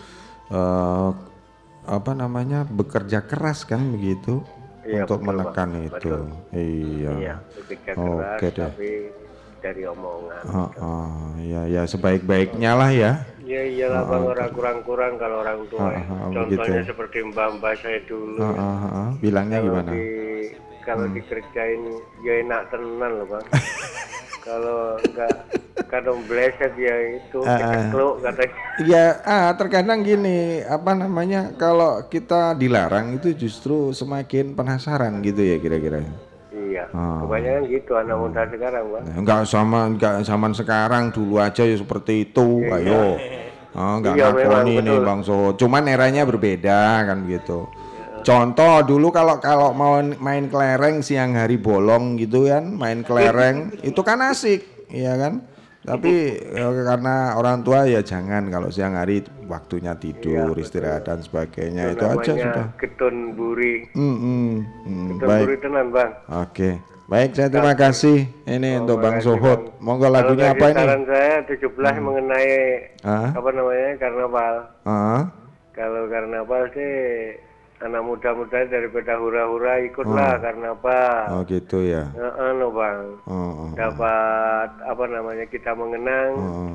bekerja keras kan begitu, untuk betul, menekan Bang. itu. Betul. Iya. Bekerja keras Oke deh. tapi dari omongan. Ya sebaik-baiknya lah ya. Ya iyalah Bang, orang kurang-kurang kalau orang tua. Contohnya begitu. seperti mbak-mbak saya dulu. Bilangnya gimana? Kalau dikerjain ya enak tenan loh Bang. Kalau enggak kadang bleset ya itu kecekluk katanya. Ya terkadang gini, kalau kita dilarang itu justru semakin penasaran gitu ya kira-kira. Iya, kebanyakan gitu anak muda sekarang Bang. Enggak zaman sekarang, dulu aja ya seperti itu. Ayo. Enggak ngakoni nih Bang So. Cuman eranya berbeda kan gitu. Contoh dulu kalau mau main kelereng siang hari bolong gitu kan, main kelereng itu kan asik, ya kan? Tapi karena orang tua ya jangan, kalau siang hari waktunya tidur, istirahat dan sebagainya. Itu aja sudah. Getun buri. Getun Baik. buri tenan Bang. Oke. Baik, saya terima kasih ini untuk Bang Sohut. Monggo lagunya apa ini? Saran saya 17 mengenai karnaval. Kalau karnaval sih anak muda-muda daripada hura-hura ikutlah karnaval. Oh gitu ya. Bang. Dapat kita mengenang.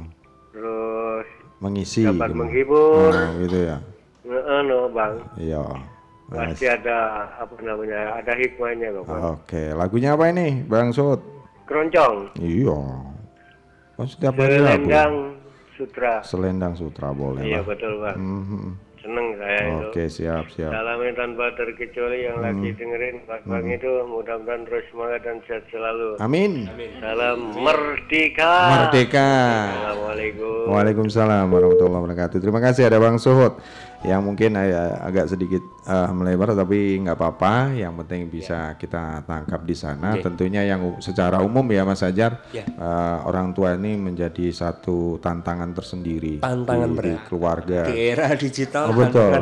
Terus mengisi. Dapat menghibur. Gitu ya. Bang. Iya. Pasti ada ada hikmahnya loh Bang. Oke, lagunya apa ini, Bang Sud? Keroncong. Iya. Setiap hari Selendang Sutra. Selendang Sutra boleh. Iya lah. betul Bang. Seneng saya itu. Oke, siap. Salamnya tanpa terkecuali yang lagi dengerin Bang itu mudah-mudahan terus semangat dan sehat selalu. Amin. Salam merdeka. Merdeka. Assalamualaikum. Waalaikumsalam warahmatullahi wabarakatuh. Terima kasih ada Bang Suhut yang mungkin agak sedikit melebar tapi nggak apa-apa, yang penting bisa kita tangkap di sana. Tentunya yang secara umum ya Mas Ajar, orang tua ini menjadi satu tantangan tersendiri di keluarga di era digital. Betul.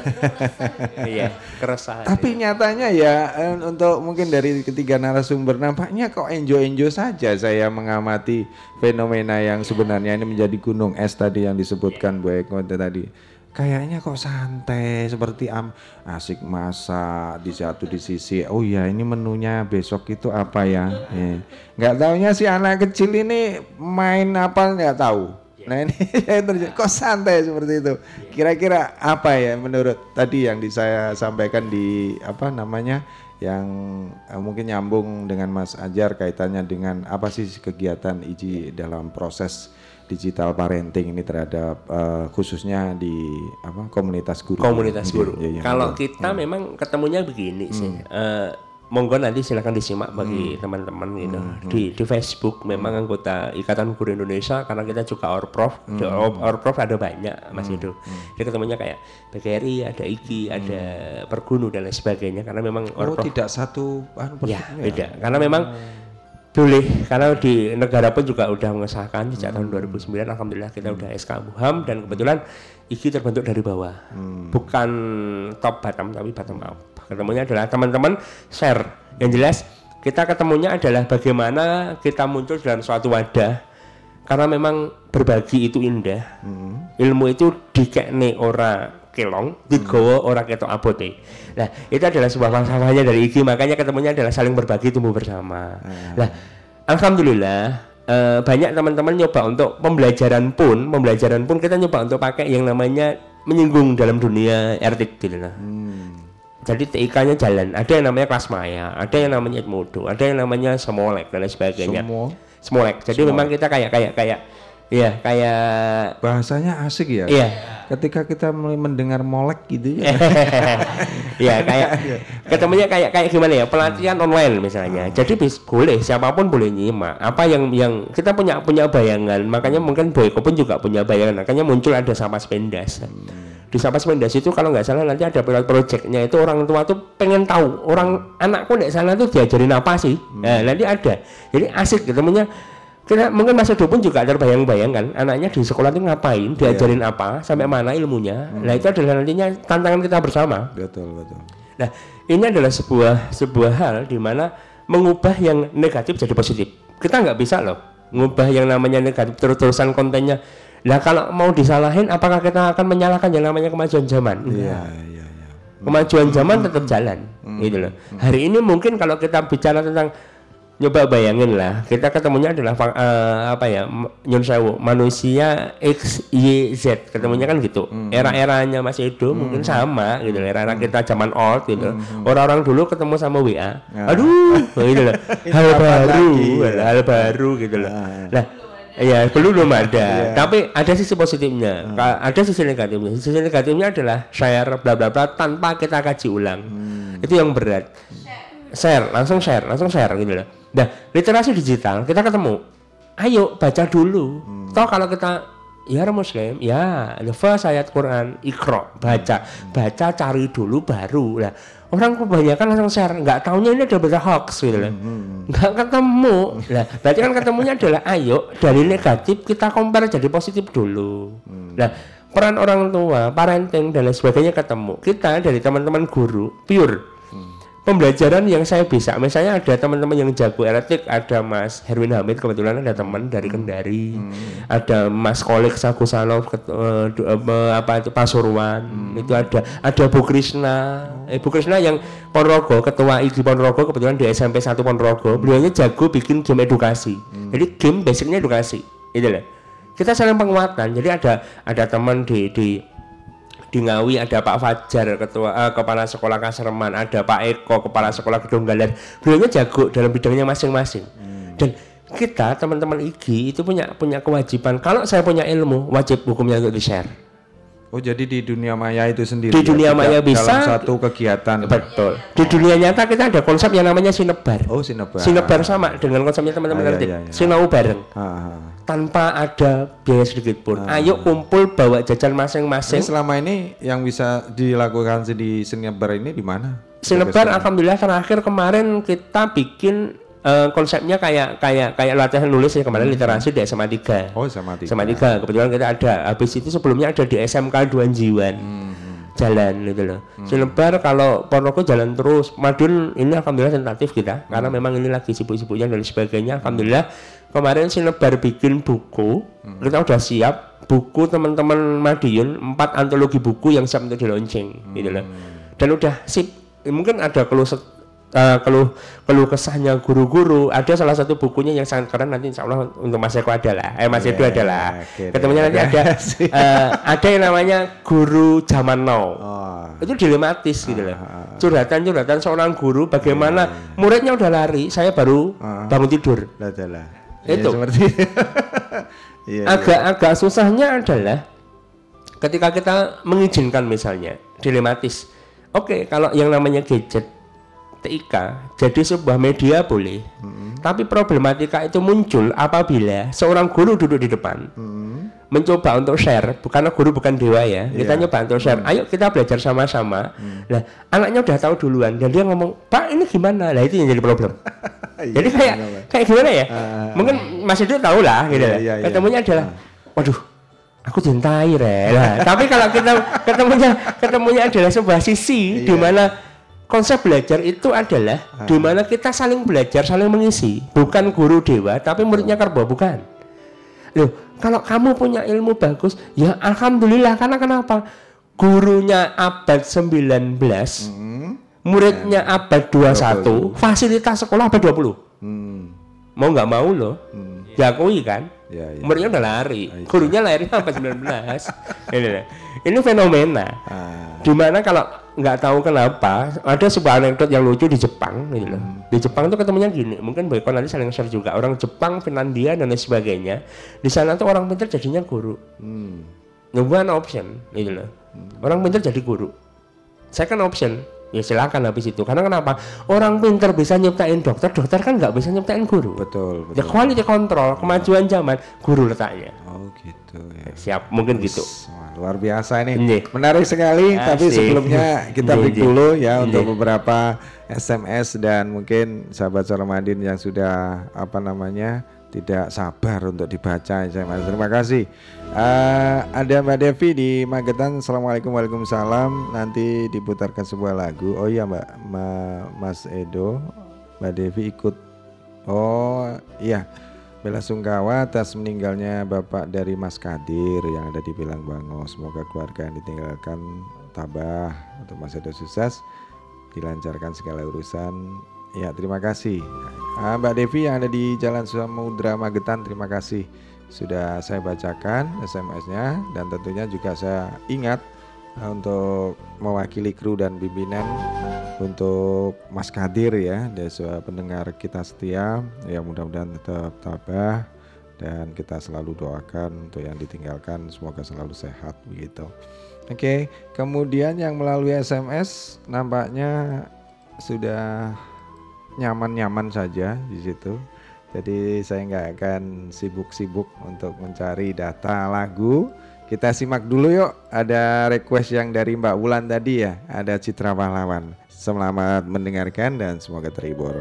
Iya, keresahan. Tapi nyatanya ya untuk mungkin dari ketiga narasumber nampaknya kok enjoy saja saya mengamati fenomena yang sebenarnya ini menjadi gunung es tadi yang disebutkan Bu Eko tadi. Kayaknya kok santai, seperti asik masak di satu di sisi. Oh ya ini menunya besok itu apa ya? Nggak taunya si anak kecil ini main apa nggak tahu. Nah ini kok santai seperti itu. Kira-kira apa ya menurut tadi yang saya sampaikan di yang mungkin nyambung dengan Mas Ajar kaitannya dengan apa sih kegiatan IJI dalam proses digital parenting ini terhadap khususnya di komunitas guru. Komunitas guru. Ya, kalau kita memang ketemunya begini sih. Monggo nanti silakan disimak bagi teman-teman gitu. Di Facebook memang anggota Ikatan Guru Indonesia, karena kita juga Orprof. Di Orprof ada banyak Mas Edo. Dia ketemunya kayak PGRI, ada IKI, ada Pergunu dan lain sebagainya, karena memang Orprof tidak satu beda. Karena memang boleh, karena di negara pun juga udah mengesahkan sejak tahun 2009. Alhamdulillah kita udah SK Muham, dan kebetulan IKI terbentuk dari bawah, bukan top bottom tapi bottom up. Ketemunya adalah teman-teman share. Yang jelas kita ketemunya adalah bagaimana kita muncul dalam suatu wadah, karena memang berbagi itu indah. Ilmu itu dikekne ora kelong, digowo ora ketok abote. Nah, itu adalah sebuah falsafahnya dari IKI, makanya ketemunya adalah saling berbagi, tumbuh bersama. Nah, alhamdulillah banyak teman-teman nyoba untuk pembelajaran pun kita nyoba untuk pakai yang namanya menyinggung dalam dunia RTID gitu. Jadi TIK-nya jalan, ada yang namanya kelas maya, ada yang namanya Edmodo, ada yang namanya Smolek dan lain sebagainya. Smolek. Jadi memang kita kayak bahasanya asik ya. Iya. Ketika kita mulai mendengar molek gitu ya. Iya, ketemunya kayak gimana ya? Pelatihan online misalnya. Jadi boleh siapapun boleh nyimak. Apa yang kita punya bayangan. Makanya mungkin Boyko pun juga punya bayangan. Makanya muncul ada Sapa Spendas. Di di Sapa Semendas itu kalau nggak salah nanti ada pilot projectnya itu orang tua tuh pengen tahu anakku di sana tuh diajarin apa sih. Nah nanti ada, jadi asik ketemunya. Kita mungkin Mas Edo pun juga terbayang-bayang kan anaknya di sekolah itu ngapain, diajarin apa, sampai mana ilmunya. Nah itu adalah nantinya tantangan kita bersama. Betul. Nah ini adalah sebuah hal di mana mengubah yang negatif jadi positif. Kita nggak bisa loh mengubah yang namanya negatif terus-terusan kontennya. Nah kalau mau disalahin, apakah kita akan menyalahkan yang namanya kemajuan zaman? Iya. Kemajuan zaman tetap jalan, gitu loh. Hari ini mungkin kalau kita bicara tentang nyoba bayangin lah, kita ketemunya adalah nyun sewu, manusia X, Y, Z, ketemunya kan gitu. Era-eranya Mas Edo mungkin sama gitu, era kita zaman old gitu. Orang-orang dulu ketemu sama WA, aduh, gitu loh. hal baru gitu loh. Nah, ya belum ada, tapi ada sisi positifnya, ada sisi negatifnya. Sisi negatifnya adalah share bla bla bla tanpa kita kaji ulang. Itu yang berat. Langsung share gitu loh. Nah, literasi digital kita ketemu. Ayo baca dulu. Toh kalau kita ya Muslim, ya first ayat Quran, Iqra, baca cari dulu baru. Lah, orang kebanyakan langsung share, nggak taunya ini ada berita hoax gitu loh. Nggak ketemu. Lah, berarti kan ketemunya adalah ayo dari negatif kita compare jadi positif dulu. Nah, peran orang tua, parenting dan lain sebagainya ketemu. Kita dari teman-teman guru pure pembelajaran yang saya bisa, misalnya ada teman-teman yang jago eretik, ada Mas Herwin Hamid, kebetulan ada teman dari Kendari, ada Mas Kolik Sagusano, Pasuruan, itu ada Bu Krishna, Bu Krishna yang Ponorogo, ketua ID Ponorogo, kebetulan di SMP 1 Ponorogo, beliaunya jago bikin game edukasi, jadi game basicnya edukasi, itu lah. Kita saling penguatan, jadi ada teman di Ngawi, ada Pak Fajar kepala sekolah Kaserman, ada Pak Eko kepala sekolah Gedung Galer, beliaunya jago dalam bidangnya masing-masing. Dan kita teman-teman IG itu punya kewajiban, kalau saya punya ilmu wajib hukumnya untuk di-share. Oh jadi di dunia maya itu sendiri. Di dunia maya bisa dalam satu kegiatan. Betul. Di dunia nyata kita ada konsep yang namanya sinebar. Oh sinebar. Sinebar sama dengan konsepnya teman-teman ngerti. Sinau bareng. Tanpa ada biaya sedikit pun. Ayo kumpul bawa jajan masing-masing. Selama ini yang bisa dilakukan di sinebar ini di mana? Sinebar alhamdulillah terakhir kemarin kita bikin konsepnya kayak latihan nulis ya kemarin literasi di SMA 3. Oh SMA 3. SMA 3 kebetulan kita ada. Habis itu sebelumnya ada di SMK Duan Jiwan. Jalan gitu loh. Sinebar kalau Ponorogo jalan terus. Madiun ini alhamdulillah tentatif kita karena memang ini lagi sibuk-sibuknya dan sebagainya. Alhamdulillah kemarin Sinebar bikin buku. Kita udah siap buku teman-teman Madiun 4 antologi buku yang siap untuk di launching gitu loh. Dan udah sip. Mungkin ada keluh kesahnya guru-guru. Ada salah satu bukunya yang sangat keren, nanti insya Allah untuk Mas Eko adalah Mas Edo adalah ketemunya nanti ada yang namanya guru zaman now. Itu dilematis gitu loh. Curhatan seorang guru bagaimana muridnya udah lari, saya baru bangun tidur. Itu agak susahnya adalah ketika kita mengizinkan misalnya dilematis. Oke, kalau yang namanya gadget TIK jadi sebuah media boleh, tapi problematika itu muncul apabila seorang guru duduk di depan mencoba untuk share, karena guru bukan dewa ya, kita nyoba untuk share, ayo kita belajar sama-sama. Nah, anaknya udah tahu duluan dan dia ngomong, Pak ini gimana? Nah itu yang jadi problem. Jadi kayak gimana ya? Mungkin Mas Edo tahu lah, gitu lah. Ketemunya adalah, waduh, aku cintai Nah, tapi kalau kita ketemunya adalah sebuah sisi di mana konsep belajar itu adalah di mana kita saling belajar, saling mengisi, bukan guru dewa tapi muridnya kerbo, bukan. Loh, kalau kamu punya ilmu bagus, ya alhamdulillah, karena kenapa? Gurunya abad 19, muridnya abad 21, fasilitas sekolah abad 20. Mau nggak mau loh, diakui kan? Muridnya udah lari, gurunya lahirnya abad 19. Ini fenomena. Dimana kalau nggak tahu kenapa ada sebuah anekdot yang lucu di Jepang gitu loh. Di Jepang tuh ketemunya gini, mungkin Boyko nanti saling share juga, orang Jepang, Finlandia dan lain sebagainya. Di sana tuh orang pintar jadinya guru. One option gitu loh. Orang pintar jadi guru. Second option, ya silakan habis itu. Karena kenapa? Orang pinter bisa nyiptain dokter, dokter kan nggak bisa nyiptain guru. Betul. Ya quality control, kemajuan zaman, guru letaknya. Oh gitu ya. Siap, mungkin gitu. Wah, luar biasa ini. Nggih. Menarik sekali. Asik. Tapi sebelumnya kita break Nggih. dulu ya Nggih. untuk beberapa SMS dan mungkin sahabat Ramadan yang sudah tidak sabar untuk dibaca SMS. Terima kasih. Ada Mbak Devi di Magetan. Assalamualaikum, waalaikumsalam. Nanti diputarkan sebuah lagu. Oh iya Mas Edo, Mbak Devi ikut. Oh iya, bela sungkawa atas meninggalnya Bapak dari Mas Kadir yang ada di Pilang Bango. Semoga keluarga yang ditinggalkan tabah, untuk Mas Edo sukses, dilancarkan segala urusan. Ya, terima kasih. Mbak Devi yang ada di Jalan Samudra Magetan, terima kasih sudah saya bacakan SMS-nya, dan tentunya juga saya ingat untuk mewakili kru dan pimpinan untuk Mas Kadir ya, desa pendengar kita setia, ya mudah-mudahan tetap tabah dan kita selalu doakan untuk yang ditinggalkan semoga selalu sehat begitu. Oke, kemudian yang melalui SMS nampaknya sudah nyaman-nyaman saja di situ. Jadi saya nggak akan sibuk-sibuk untuk mencari data lagu. Kita simak dulu yuk. Ada request yang dari Mbak Wulan tadi ya. Ada Citra Pahlawan. Selamat mendengarkan dan semoga terhibur.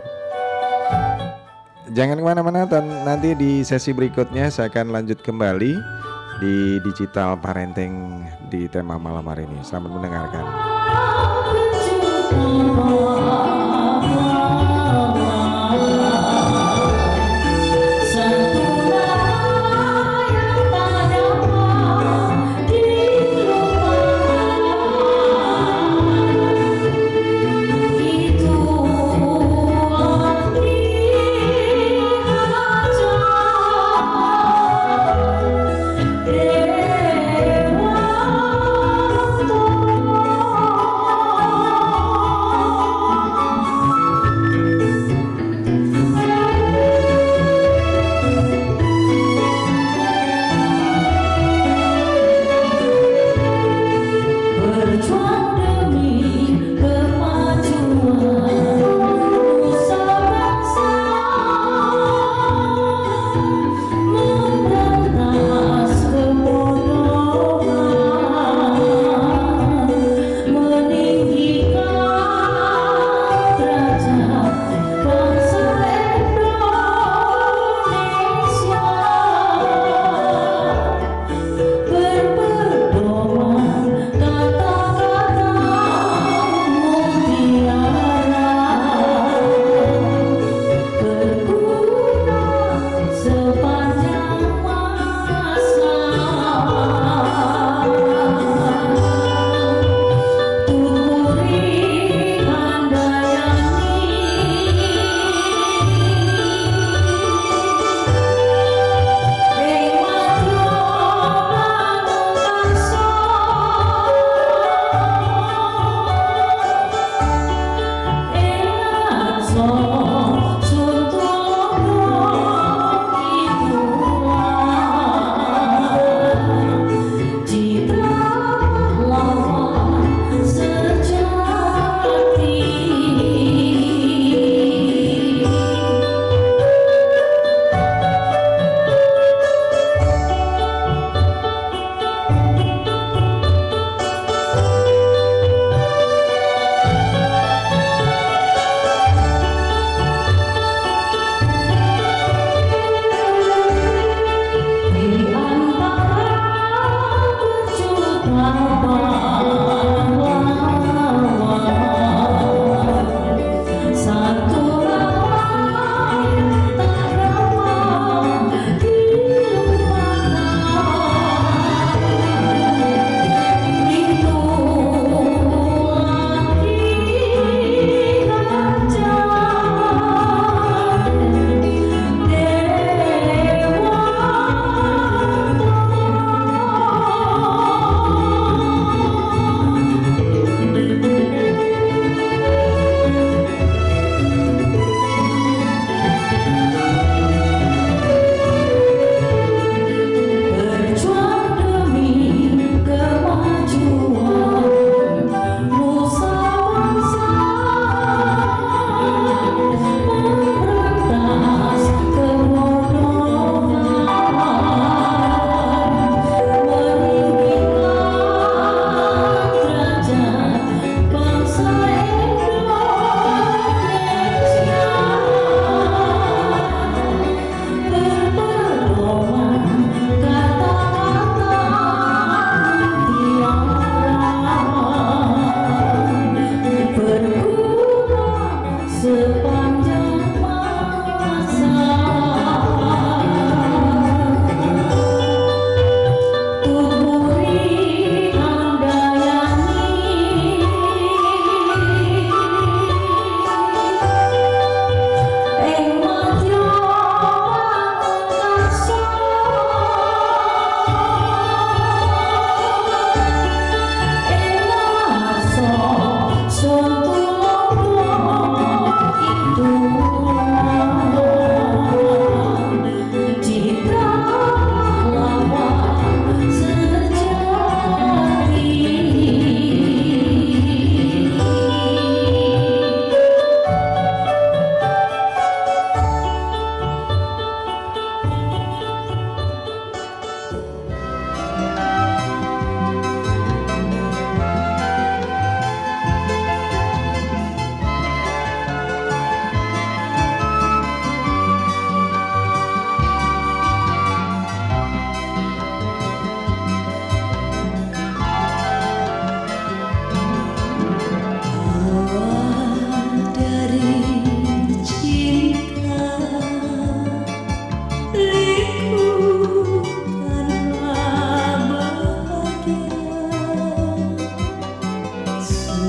Jangan kemana-mana, nanti di sesi berikutnya saya akan lanjut kembali di Digital Parenting di tema malam hari ini. Selamat mendengarkan. Dewa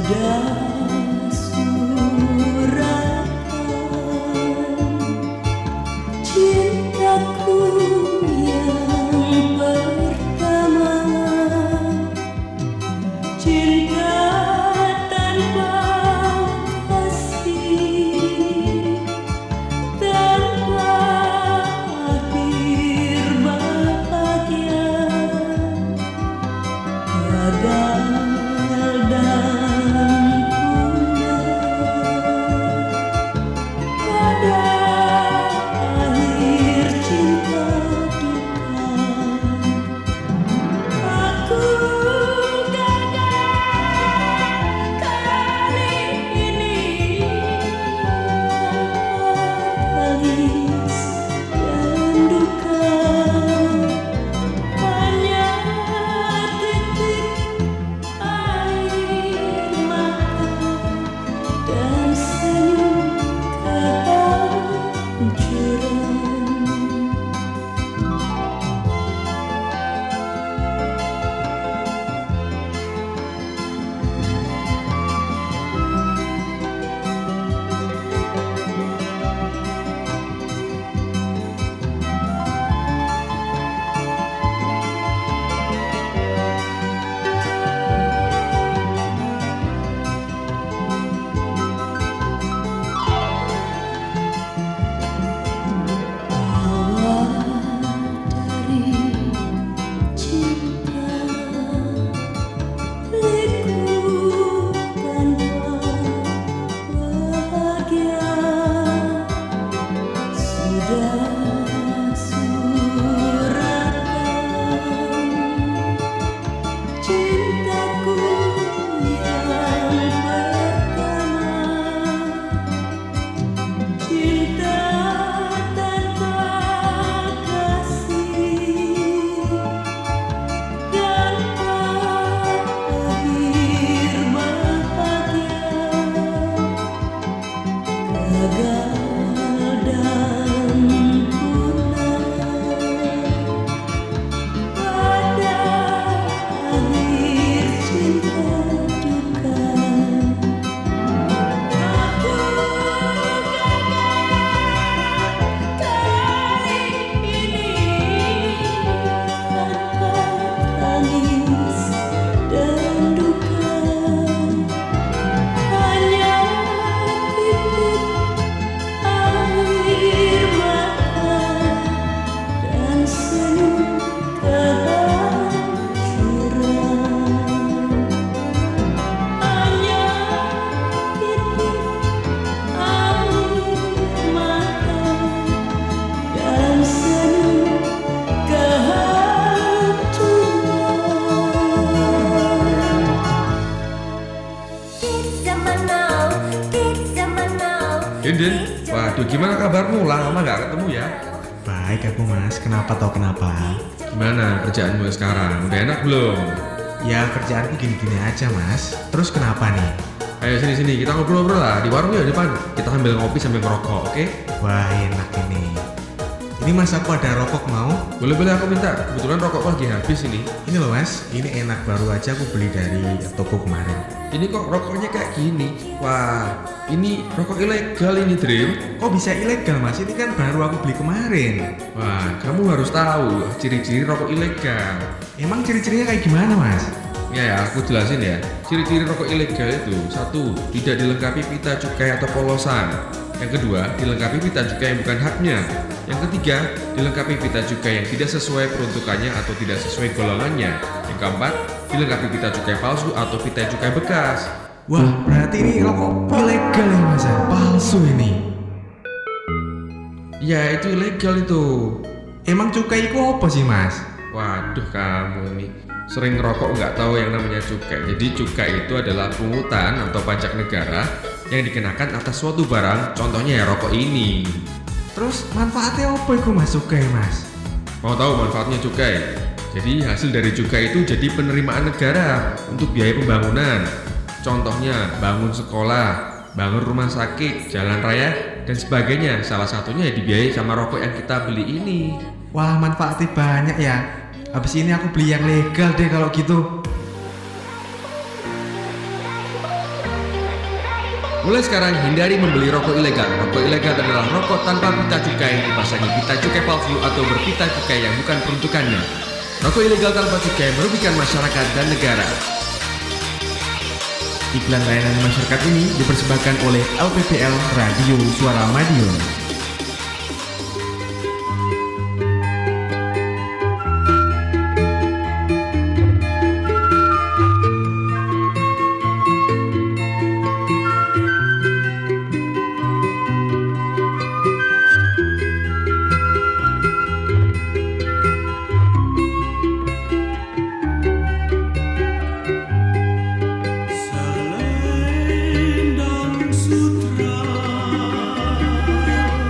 Din, waduh gimana kabarmu? Lama gak ketemu ya? Baik aku mas, kenapa toh kenapa? Gimana kerjaanmu sekarang? Udah enak belum? Ya kerjaanku gini-gini aja mas. Terus kenapa nih? Ayo sini kita ngobrol-ngobrol lah di warung ya depan. Kita sambil ngopi sambil ngerokok, oke? Wah enak ini. Ini mas aku ada rokok mau? Boleh aku minta. Kebetulan rokokku lagi habis ini. Ini loh mas, ini enak baru aja aku beli dari toko kemarin. Ini kok rokoknya kayak gini? Wah, ini rokok ilegal ini Dream. Kok bisa ilegal mas? Ini kan baru aku beli kemarin. Wah, kamu harus tahu ciri-ciri rokok ilegal. Emang ciri-cirinya kayak gimana mas? Ya, aku jelasin ya. Ciri-ciri rokok ilegal itu: 1. Tidak dilengkapi pita cukai atau polosan. Yang kedua, dilengkapi pita cukai yang bukan haknya. Yang ketiga, dilengkapi pita cukai yang tidak sesuai peruntukannya atau tidak sesuai golongannya. Yang keempat, dilengkapi pita cukai palsu atau pita cukai bekas. Wah, berarti ini rokok ilegal ya mas? Palsu ini. Ya, itu ilegal itu. Emang cukai itu apa sih mas? Waduh, kamu ini sering ngerokok nggak tahu yang namanya cukai. Jadi cukai itu adalah pungutan atau pajak negara yang dikenakan atas suatu barang, contohnya ya rokok ini. Terus manfaatnya apa itu mas cukai mas? Mau tahu manfaatnya cukai? Jadi hasil dari cukai itu jadi penerimaan negara untuk biaya pembangunan. Contohnya bangun sekolah, bangun rumah sakit, jalan raya, dan sebagainya. Salah satunya ya dibiayai sama rokok yang kita beli ini. Wah manfaatnya banyak ya. Habis ini aku beli yang legal deh kalau gitu. Mulai sekarang hindari membeli rokok ilegal. Rokok ilegal adalah rokok tanpa pita cukai, dipasangi pita cukai palsu atau berpita cukai yang bukan peruntukannya. Rokok ilegal tanpa cukai merugikan masyarakat dan negara. Iklan layanan masyarakat ini dipersembahkan oleh LPPL Radio Suara Madiun. Selendang sutra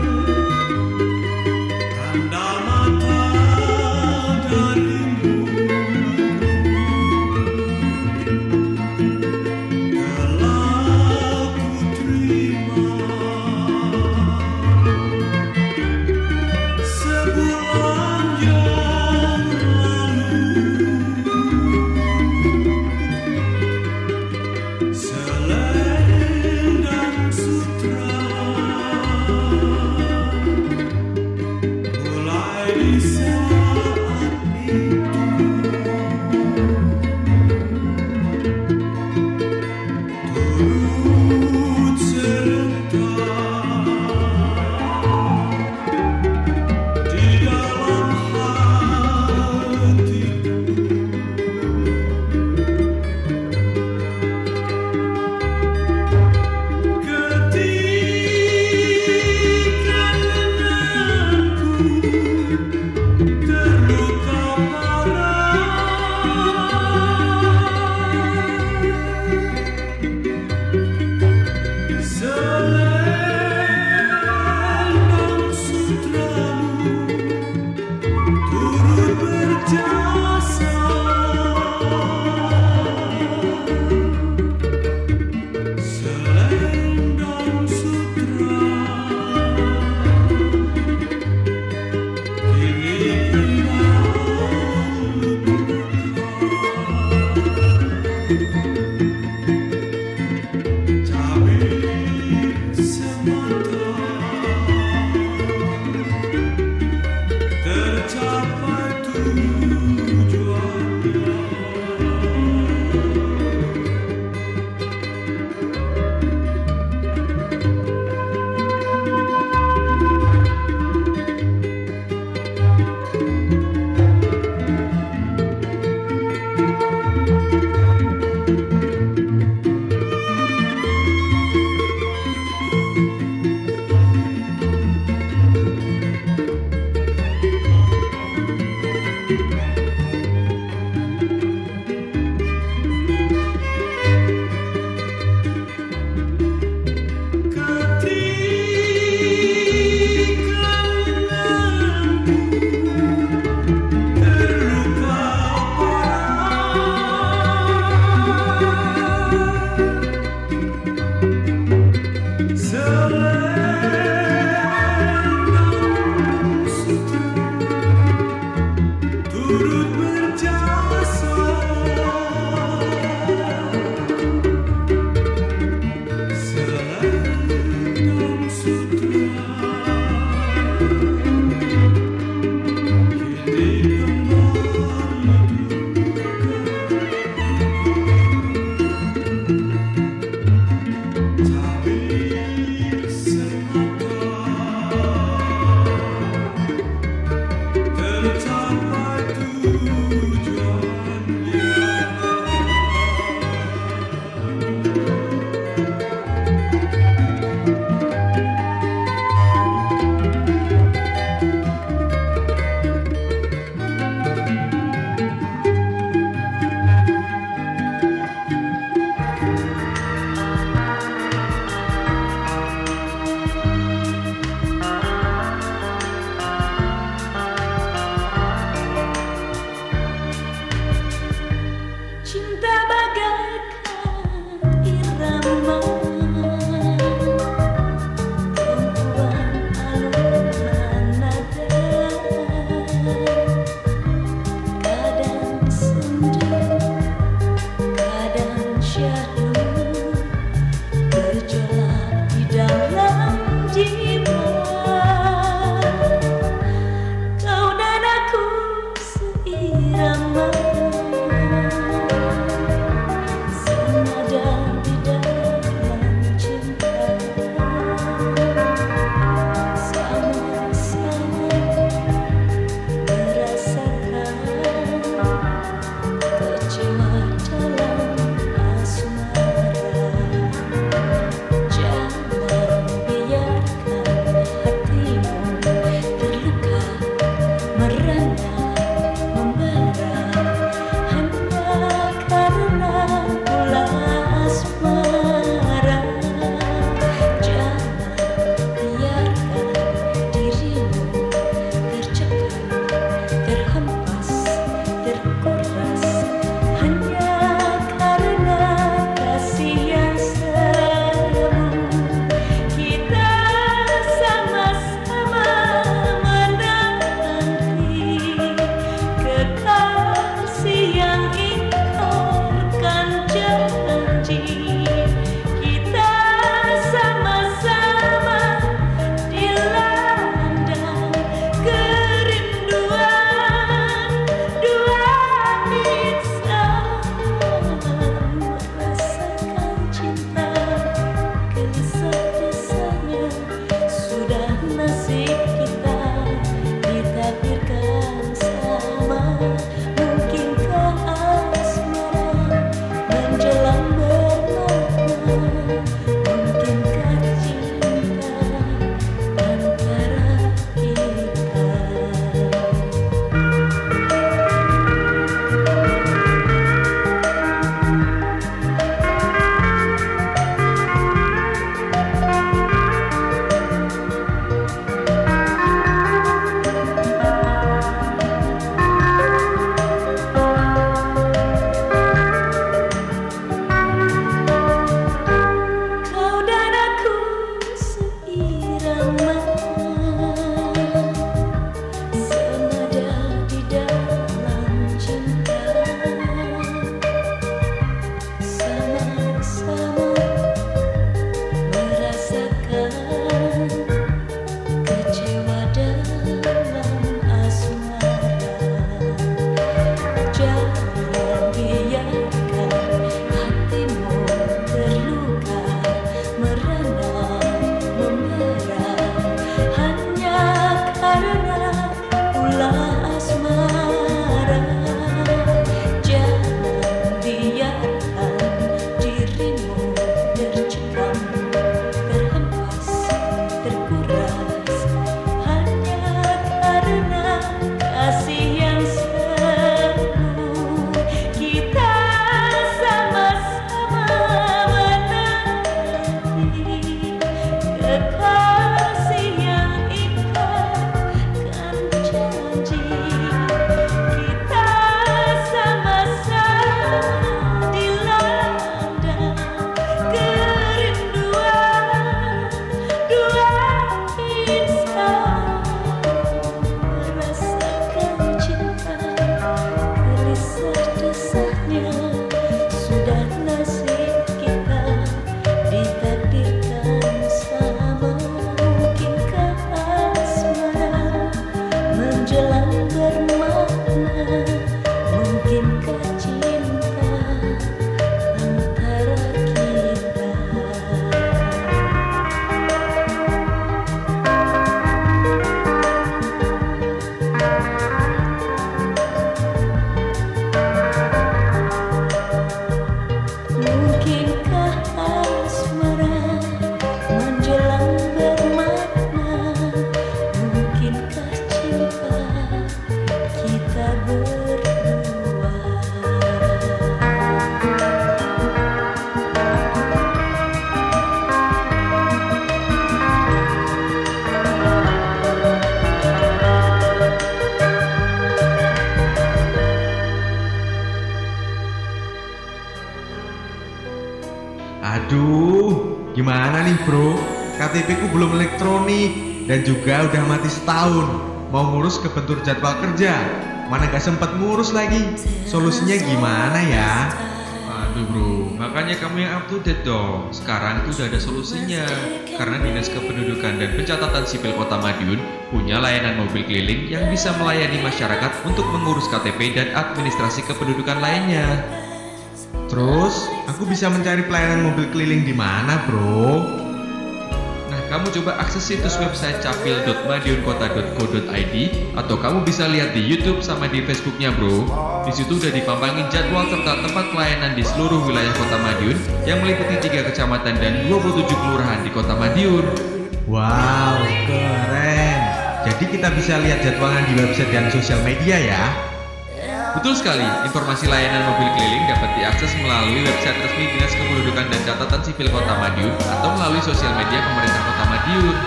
Aduh, gimana nih bro? KTP ku belum elektronik dan juga udah mati setahun. Mau ngurus kebentur jadwal kerja, mana gak sempet ngurus lagi. Solusinya gimana ya? Aduh bro, makanya kamu yang up to date dong. Sekarang itu udah ada solusinya. Karena Dinas Kependudukan dan Pencatatan Sipil Kota Madiun punya layanan mobil keliling yang bisa melayani masyarakat untuk mengurus KTP dan administrasi kependudukan lainnya. Terus, aku bisa mencari pelayanan mobil keliling di mana, bro? Nah, kamu coba akses situs website capil.madiunkota.go.id atau kamu bisa lihat di YouTube sama di Facebooknya, bro. Di situ udah dipampangin jadwal serta tempat pelayanan di seluruh wilayah Kota Madiun yang meliputi 3 kecamatan dan 27 kelurahan di Kota Madiun. Wow, keren. Jadi kita bisa lihat jadwalnya di website dan sosial media ya? Betul sekali, informasi layanan mobil keliling dapat diakses melalui website resmi Dinas Kependudukan dan Catatan Sipil Kota Madiun atau melalui sosial media pemerintah Kota Madiun.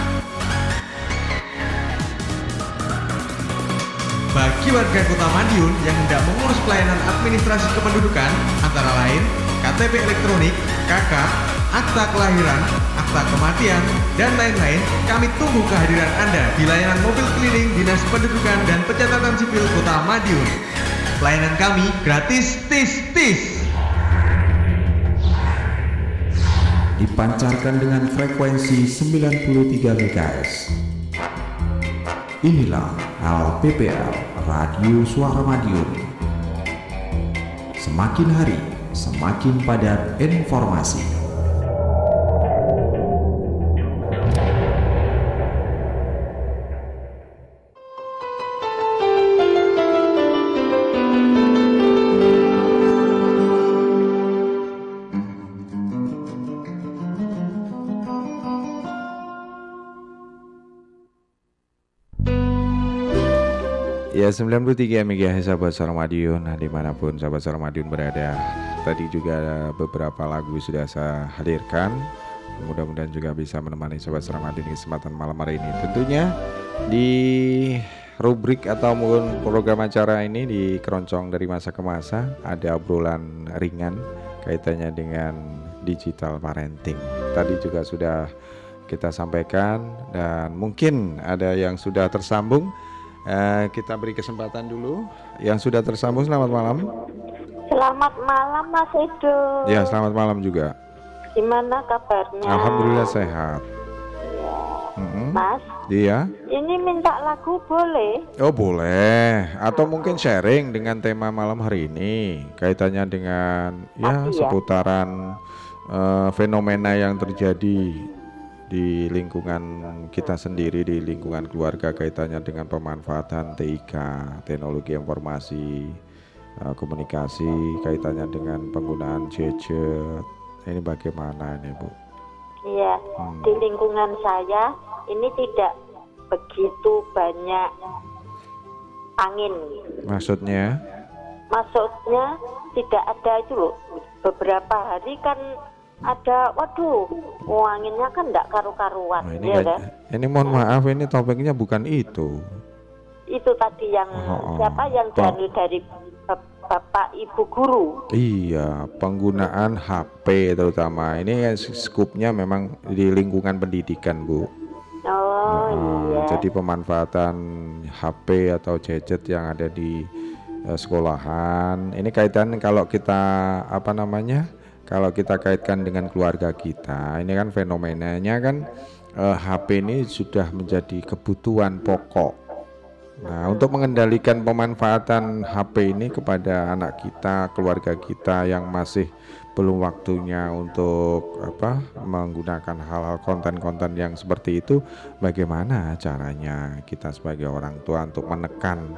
Bagi warga Kota Madiun yang hendak mengurus pelayanan administrasi kependudukan, antara lain KTP elektronik, KK, akta kelahiran, akta kematian, dan lain-lain, kami tunggu kehadiran Anda di layanan mobil keliling Dinas Pendudukan dan Pencatatan Sipil Kota Madiun. Pelayanan kami gratis, tis. Dipancarkan dengan frekuensi 93 MHz. Inilah LPPL, Radio Suara Madiun. Semakin hari, semakin padat informasi. Ya 93 MHz sahabat Suara Madiun, dimanapun sahabat Suara Madiun berada. Tadi juga ada beberapa lagu sudah saya hadirkan. Mudah-mudahan juga bisa menemani sahabat Suara Madiun di kesempatan malam hari ini. Tentunya di rubrik ataupun program acara ini di Keroncong dari Masa ke Masa ada obrolan ringan kaitannya dengan digital parenting. Tadi juga sudah kita sampaikan dan mungkin ada yang sudah tersambung. Kita beri kesempatan dulu. Yang sudah tersambung, selamat malam. Selamat malam Mas Edo. Ya, selamat malam juga. Gimana kabarnya? Alhamdulillah sehat. Ya. Mas. Iya. Ini minta lagu boleh? Oh boleh. Atau mungkin sharing dengan tema malam hari ini kaitannya dengan seputaran fenomena yang terjadi di lingkungan kita sendiri, di lingkungan keluarga kaitannya dengan pemanfaatan TIK, teknologi informasi komunikasi, kaitannya dengan penggunaan gadget. Ini bagaimana ini Bu? Iya, di lingkungan saya ini tidak begitu banyak angin. Maksudnya? Maksudnya tidak ada itu loh. Beberapa hari kan ada, waduh, anginnya kan enggak karu-karuan. Nah, ini mohon maaf, ini topiknya bukan itu. Itu tadi yang siapa yang dari Bapak Ibu Guru. Iya, penggunaan HP terutama. Ini skupnya memang di lingkungan pendidikan, Bu. Iya. Jadi pemanfaatan HP atau gadget yang ada di sekolahan. Ini kaitan kalau kita kalau kita kaitkan dengan keluarga kita, ini kan fenomenanya kan HP ini sudah menjadi kebutuhan pokok. Nah, untuk mengendalikan pemanfaatan HP ini kepada anak kita, keluarga kita yang masih belum waktunya untuk menggunakan hal-hal konten-konten yang seperti itu, bagaimana caranya kita sebagai orang tua untuk menekan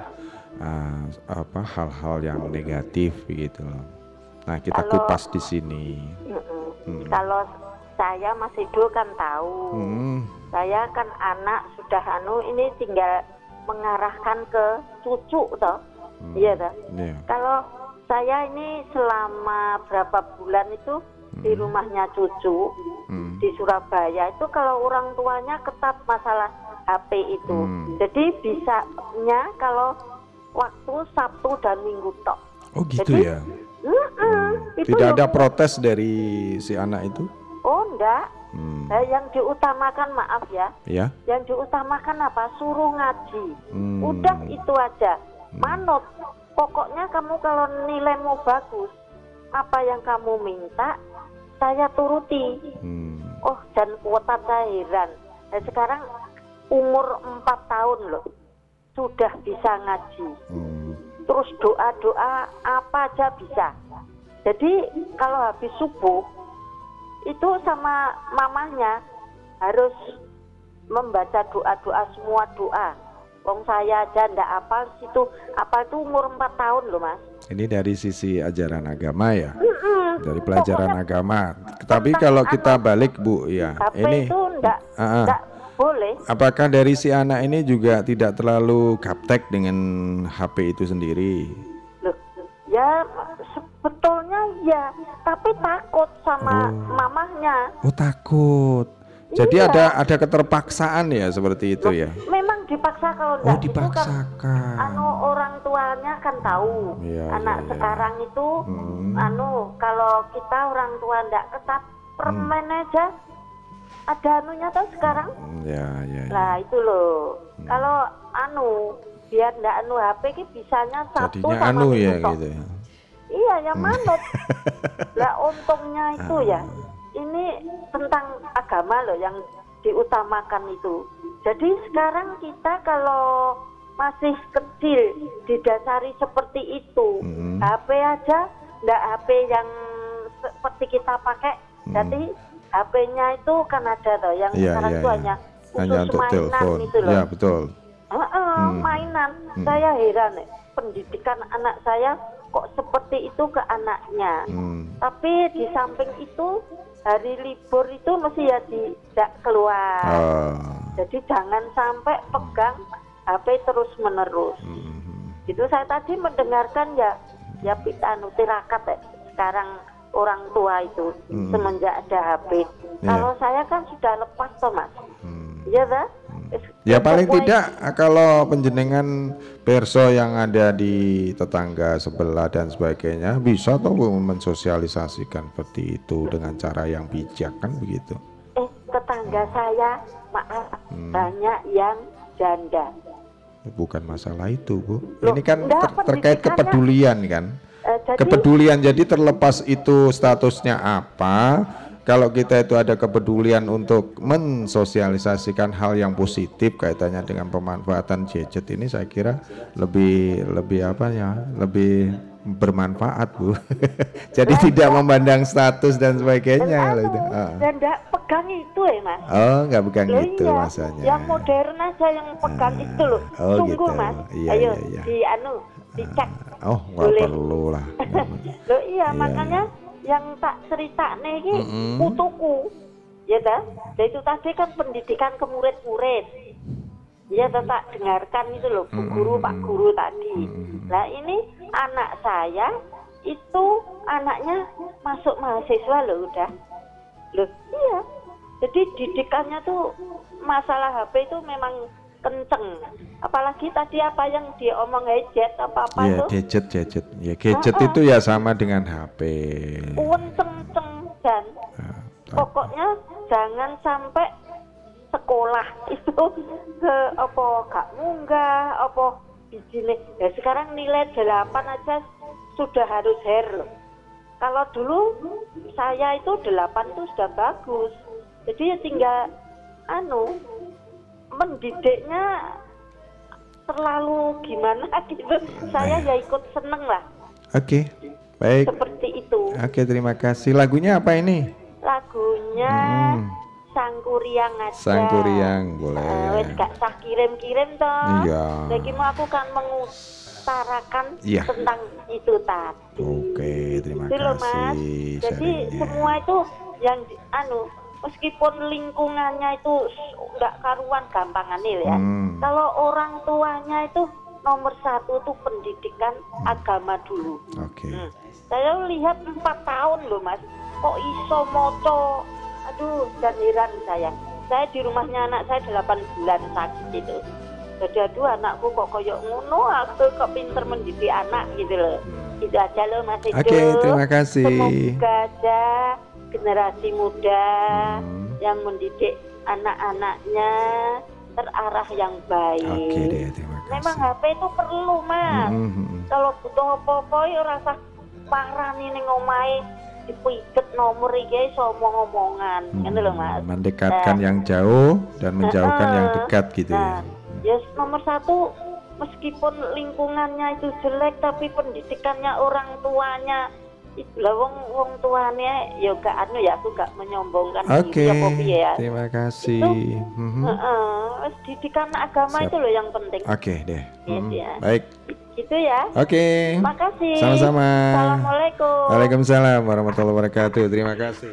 hal-hal yang negatif begitu loh. Nah, kita kupas di sini. Kalau saya masih dulu kan tahu. Saya kan anak sudah ini tinggal mengarahkan ke cucu toh. Iya toh. Yeah. Kalau saya ini selama berapa bulan itu di rumahnya cucu di Surabaya itu kalau orang tuanya ketat masalah HP itu. Jadi bisanya kalau waktu Sabtu dan Minggu tok. Oh gitu. Jadi, ya. Tidak ada protes dari si anak itu? Oh enggak. Yang diutamakan maaf ya. Ya. Yang diutamakan apa? Suruh ngaji. Udah itu aja. Manut. Pokoknya kamu kalau nilaimu bagus, apa yang kamu minta saya turuti. Oh dan kuota saya heran. Nah, sekarang umur 4 tahun loh sudah bisa ngaji. Terus doa-doa apa aja bisa. Jadi kalau habis subuh itu sama mamahnya harus membaca doa-doa, semua doa. Wong saya aja ndak apal situ, apal itu umur 4 tahun loh Mas. Ini dari sisi ajaran agama ya, dari pelajaran agama. Tapi kalau kita balik Bu ya, HP ini itu ndak boleh. Apakah dari si anak ini juga tidak terlalu gaptek dengan HP itu sendiri? Loh, ya sebetulnya ya, tapi takut sama mamahnya. Oh takut. Jadi Iya. ada keterpaksaan ya seperti itu ya. Memang dipaksa kalau enggak dipaksakan. Itu kan, orang tuanya kan tahu. Anak sekarang itu kalau kita orang tua enggak ketat permen aja ada anunya tuh sekarang. Lah itu loh. Kalau biar enggak HP ki bisanya Sabtu jadinya sama ya Minggu. gitu ya. Iya ya manut. Lah untungnya itu ya. Ini tentang agama loh yang diutamakan itu. Jadi sekarang kita kalau masih kecil didasari seperti itu, HP aja enggak HP yang seperti kita pakai. Jadi HP-nya itu kan ada loh yang sekarang itu hanya untuk mainan telepon. itu loh. Ya betul. Mainan. Saya heran pendidikan anak saya kok seperti itu ke anaknya. Tapi di samping itu hari libur itu mesti ya tidak keluar. Jadi jangan sampai pegang HP terus menerus. Itu saya tadi mendengarkan ya tirakat ya. Sekarang orang tua itu semenjak ada HP. Kalau saya kan sudah lepas toh Mas. Iya dah. Ya paling tidak kalau penjenengan perso yang ada di tetangga sebelah dan sebagainya bisa tuh mensosialisasikan seperti itu dengan cara yang bijak kan begitu. Tetangga saya maaf banyak yang janda. Bukan masalah itu Bu. Loh, ini kan terkait pendidikannya kepedulian kan. Kepedulian jadi terlepas itu statusnya apa. Kalau kita itu ada kepedulian untuk mensosialisasikan hal yang positif kaitannya dengan pemanfaatan gadget ini, saya kira lebih bermanfaat Bu. Jadi tidak memandang status dan sebagainya. Dan enggak pegang itu ya Mas. Oh nggak pegang itu iya. masanya. Yang modern aja yang pegang itu loh. Tunggu gitu. Mas. Iya, iya. Dicek. Oh nggak perlu lah. Loh iya makanya. Yang tak cerita nih putuku ya dah. Itu tadi kan pendidikan ke murid-murid ya tak dengarkan itu loh Bu Guru Pak Guru tadi. Nah ini anak saya itu anaknya masuk mahasiswa loh udah loh iya. Jadi didikannya tuh masalah HP itu memang kenceng. Apalagi tadi apa yang dia omong gadget apa-apa tuh. Iya gadget. Ya gadget itu ya sama dengan HP. Kenceng dan pokoknya jangan sampai sekolah itu ke apa gak munggah apa bijine. Ya sekarang nilai 8 aja sudah harus loh. Kalau dulu saya itu 8 itu sudah bagus. Jadi ya tinggal mendidiknya terlalu gimana gitu. Saya ya ikut seneng lah. Oke, baik. Seperti itu. Oke, terima kasih. Lagunya apa ini? Lagunya Sangkuriang aja. Sangkuriang, boleh. Wes gak sah kirim-kirim toh. Iya. Lagi mau aku kan mengutarakan tentang itu tadi. Oke, terima kasih. Mas. Jadi semua itu yang meskipun lingkungannya itu nggak karuan gampangannya ya. Kalau orang tuanya itu nomor 1 tuh pendidikan agama dulu. Saya lihat 4 tahun loh Mas, kok iso moco. Aduh, dan heran saya. Saya di rumahnya anak saya 8 bulan sakit itu. Jadi aduh anakku kok koyok ngono, aku kok pinter mendidik anak gitu loh. Itu aja loh Mas. Oke, terima kasih. Semoga aja generasi muda yang mendidik anak-anaknya terarah yang baik. Oke deh, terima kasih. Memang HP itu perlu, Mas. Kalau butuh apa-apa ya rasa parani ning omahe dipijet nomor iki iso omong-omongan. Ngono lho, Mas. Mendekatkan yang jauh dan menjauhkan yang dekat gitu ya. Ya nomor satu, meskipun lingkungannya itu jelek tapi pendidikannya orang tuanya lah wong tuanya ya gak anu ya, aku gak menyombongkan Oke, diri ya. terima kasih. Didikan agama itu loh yang penting. Oke deh. Ya. Baik. Gitu ya. Oke. Makasih. Sama-sama. Assalamualaikum. Waalaikumsalam warahmatullahi wabarakatuh. Terima kasih.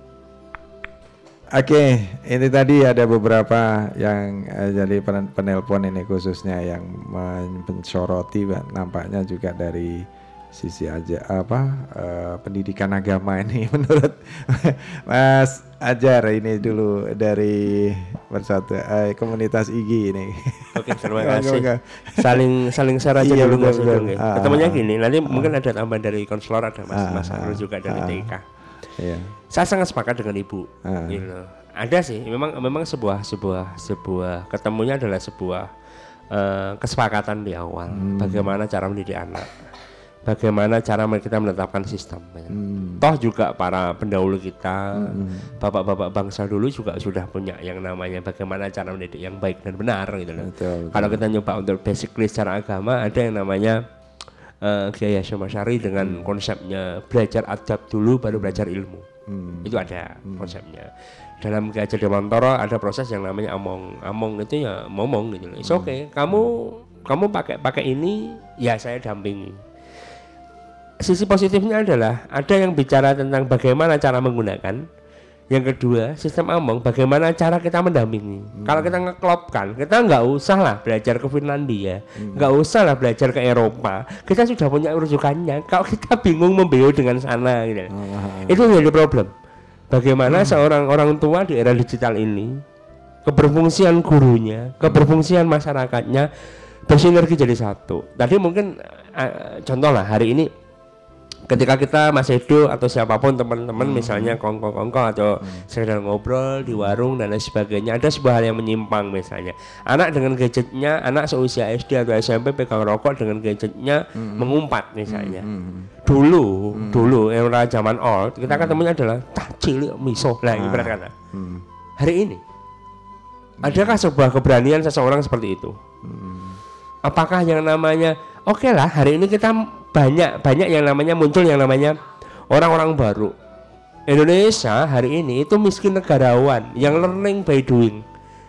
Oke, ini tadi ada beberapa yang jadi penelpon ini khususnya yang mensoroti nampaknya juga dari sisi pendidikan agama ini menurut Mas Ajar ini dulu dari Bersatu komunitas IG ini. Oke, terima kasih. Saling share aja dulu Mas Udung ya. Ketemunya gini, nanti mungkin ada tambahan dari konselor, ada Mas Arul juga dari TK. Iya. Saya sangat sepakat dengan Ibu. Gitu. Ada sih, memang sebuah ketemunya adalah sebuah kesepakatan di awal. Bagaimana cara mendidik anak, bagaimana cara kita menetapkan sistem. Toh juga para pendahulu kita, bapak-bapak bangsa dulu juga sudah punya yang namanya bagaimana cara mendidik yang baik dan benar gitu loh. Kalau kita nyoba untuk basically secara agama, ada yang namanya Kiai Hasyim Asy'ari dengan konsepnya belajar adab dulu baru belajar ilmu. Itu ada konsepnya. Dalam Kiai Haji Dewantara ada proses yang namanya among itu ya ngomong gitu loh. It's okay, kamu pakai ini ya saya dampingi. Sisi positifnya adalah ada yang bicara tentang bagaimana cara menggunakan. Yang kedua, sistem among bagaimana cara kita mendampingi. Kalau kita ngeklopkan, kita nggak usah lah belajar ke Finlandia, nggak usah lah belajar ke Eropa. Kita sudah punya rujukannya. Kalau kita bingung membeo dengan sana, gitu. Itu jadi problem. Bagaimana seorang orang tua di era digital ini, keberfungsian gurunya, keberfungsian masyarakatnya bersinergi jadi satu. Tadi mungkin contoh lah hari ini. Ketika kita Mas Edo atau siapapun teman-teman misalnya kongko-kongko atau sekedar ngobrol di warung dan lain sebagainya, ada sebuah hal yang menyimpang misalnya anak dengan gadgetnya, anak seusia SD atau SMP pegang rokok dengan gadgetnya mengumpat misalnya. Dulu era zaman old kita ketemunya adalah cilik miso lah ibarat kata. Hari ini adakah sebuah keberanian seseorang seperti itu? Apakah yang namanya oke lah hari ini kita banyak yang namanya muncul yang namanya orang-orang baru. Indonesia hari ini itu miskin negarawan yang learning by doing.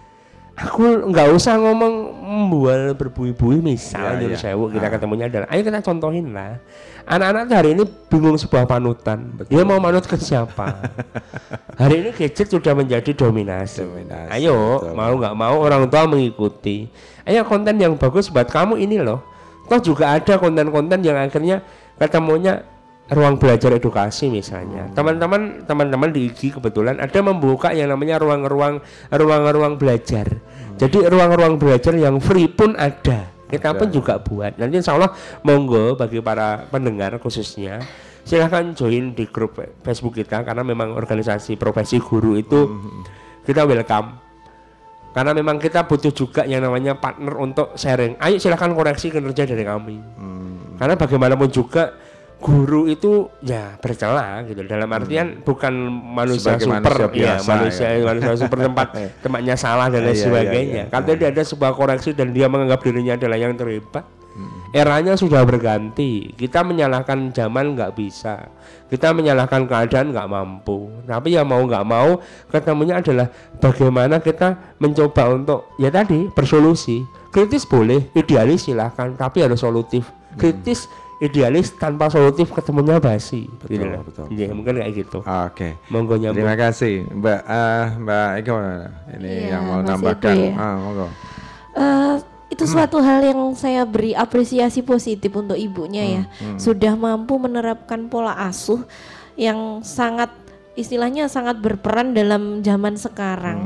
Aku nggak usah ngomong membual berbui-bui misalnya sewu kita ketemunya adalah ayo kita contohin lah. Anak-anak hari ini bingung sebuah panutan. Dia mau manut ke siapa? Hari ini gadget sudah menjadi dominasi. Ayo mau nggak mau orang tua mengikuti. Ayo konten yang bagus buat kamu ini loh. Toh juga ada konten-konten yang akhirnya ketemunya ruang belajar edukasi misalnya. Teman-teman di IG kebetulan ada membuka yang namanya ruang-ruang belajar. Jadi ruang-ruang belajar yang free pun ada. Kita pun juga buat. Nanti insya Allah monggo bagi para pendengar khususnya silahkan join di grup Facebook kita karena memang organisasi profesi guru itu kita welcome. Karena memang kita butuh juga yang namanya partner untuk sharing. Ayo silahkan koreksi kinerja dari kami. Karena bagaimanapun juga guru itu ya bercela gitu. Dalam artian bukan manusia super, manusia super tempatnya salah dan lain sebagainya. Kalau tidak ada sebuah koreksi dan dia menganggap dirinya adalah yang terhebat, eranya sudah berganti. Kita menyalahkan zaman nggak bisa. Kita menyalahkan keadaan nggak mampu. Tapi ya mau nggak mau ketemunya adalah bagaimana kita mencoba untuk ya tadi bersolusi. Kritis boleh, idealis silahkan, tapi harus solutif. Kritis, idealis tanpa solutif ketemunya basi. Betul. Ya, mungkin kayak gitu. Oke. Monggo nyambung. Terima kasih Mbak Eko ini yang mau nambahkan. Monggo. Itu suatu hal yang saya beri apresiasi positif untuk ibunya ya. Sudah mampu menerapkan pola asuh yang sangat istilahnya sangat berperan dalam zaman sekarang.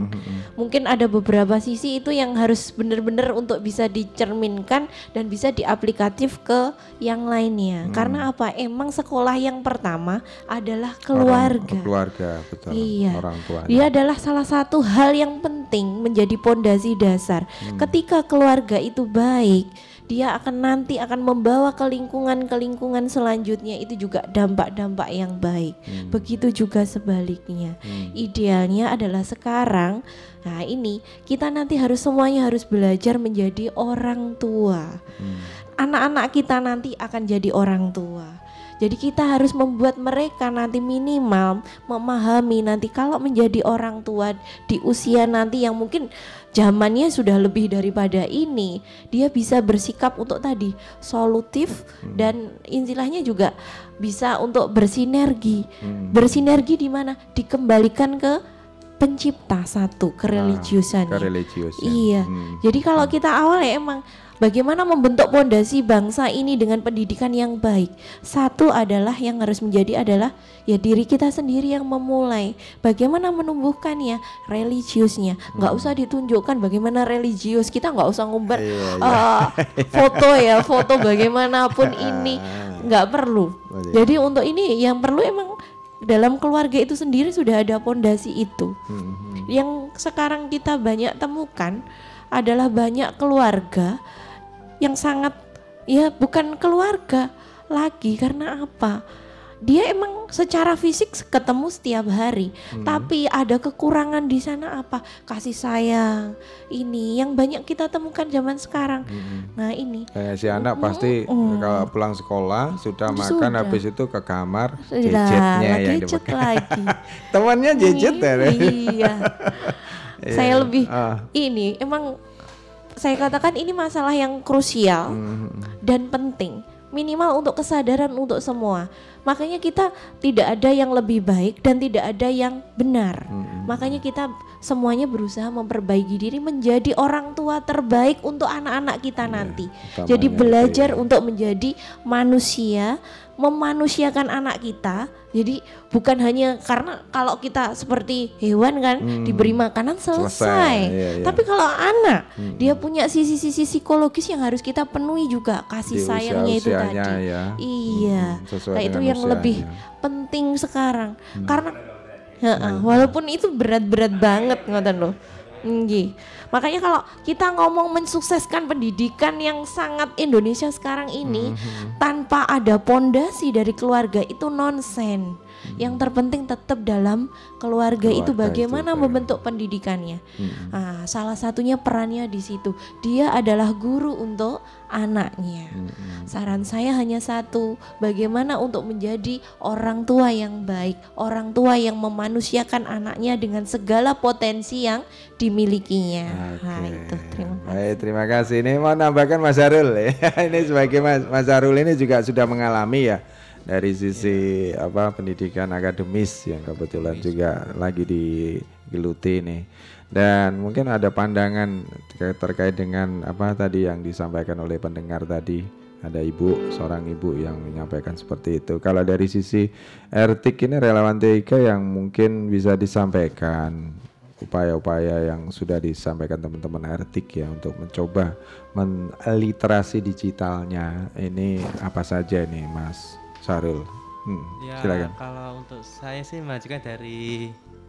mungkin ada beberapa sisi itu yang harus benar-benar untuk bisa dicerminkan dan bisa diaplikatif ke yang lainnya. Karena apa? Emang sekolah yang pertama adalah keluarga. Keluarga, betul. Iya. Orang tua. Dia adalah salah satu hal yang penting menjadi pondasi dasar. Ketika keluarga itu baik, dia akan membawa ke lingkungan selanjutnya itu juga dampak-dampak yang baik. Begitu juga sebaliknya. Idealnya adalah sekarang, nah ini kita nanti semuanya harus belajar menjadi orang tua. Anak-anak kita nanti akan jadi orang tua. Jadi kita harus membuat mereka nanti minimal memahami nanti kalau menjadi orang tua di usia nanti yang mungkin zamannya sudah lebih daripada ini, dia bisa bersikap untuk tadi solutif dan istilahnya juga bisa untuk bersinergi. Bersinergi di mana? Dikembalikan ke pencipta satu, kereligiusannya. Iya. Jadi kalau kita awal ya emang bagaimana membentuk pondasi bangsa ini dengan pendidikan yang baik. Satu adalah yang harus menjadi adalah ya diri kita sendiri yang memulai. Bagaimana menumbuhkannya, religiusnya. Nggak usah ditunjukkan bagaimana religius. Kita nggak usah ngumbar foto bagaimanapun ini. Nggak perlu. Jadi untuk ini yang perlu emang dalam keluarga itu sendiri sudah ada pondasi itu. Yang sekarang kita banyak temukan adalah banyak keluarga yang sangat ya bukan keluarga lagi. Karena apa? Dia emang secara fisik ketemu setiap hari, tapi ada kekurangan di sana apa? Kasih sayang. Ini yang banyak kita temukan zaman sekarang. Nah ini. Kayak si anak pasti kalau pulang sekolah sudah makan, habis itu ke kamar gadgetnya yang dipakai. Lagi. Temannya gadget ya. Iya. Saya lebih ini emang saya katakan ini masalah yang krusial dan penting. Minimal untuk kesadaran untuk semua. Makanya kita tidak ada yang lebih baik dan tidak ada yang benar. Makanya kita semuanya berusaha memperbaiki diri menjadi orang tua terbaik untuk anak-anak kita nanti. Jadi belajar untuk menjadi manusia, memanusiakan anak kita. Jadi bukan hanya karena kalau kita seperti hewan kan diberi makanan selesai. Tapi kalau anak dia punya sisi-sisi psikologis yang harus kita penuhi juga, kasih sayangnya itu tadi. Iya. Nah itu yang lebih penting sekarang. Karena walaupun itu berat-berat banget ngoten loh. Makanya kalau kita ngomong mensukseskan pendidikan yang sangat Indonesia sekarang ini tanpa ada pondasi dari keluarga itu nonsen. Yang terpenting tetap dalam keluarga itu bagaimana membentuk pendidikannya. Nah, salah satunya perannya di situ. Dia adalah guru untuk anaknya. Saran saya hanya satu, bagaimana untuk menjadi orang tua yang baik, orang tua yang memanusiakan anaknya dengan segala potensi yang dimilikinya. Nah, itu terima kasih. Baik, terima kasih. Ini mau nambahkan Mas Harul ya. Ini sebagai Mas Harul ini juga sudah mengalami ya dari sisi pendidikan akademis yang kebetulan juga lagi digeluti nih. Dan mungkin ada pandangan terkait dengan apa tadi yang disampaikan oleh pendengar tadi. Ada seorang ibu yang menyampaikan seperti itu. Kalau dari sisi etik ini relawan TIK yang mungkin bisa disampaikan upaya-upaya yang sudah disampaikan teman-teman etik ya untuk mencoba literasi digitalnya ini apa saja nih Mas Sarul? Ya, silakan. Kalau untuk saya sih majukan dari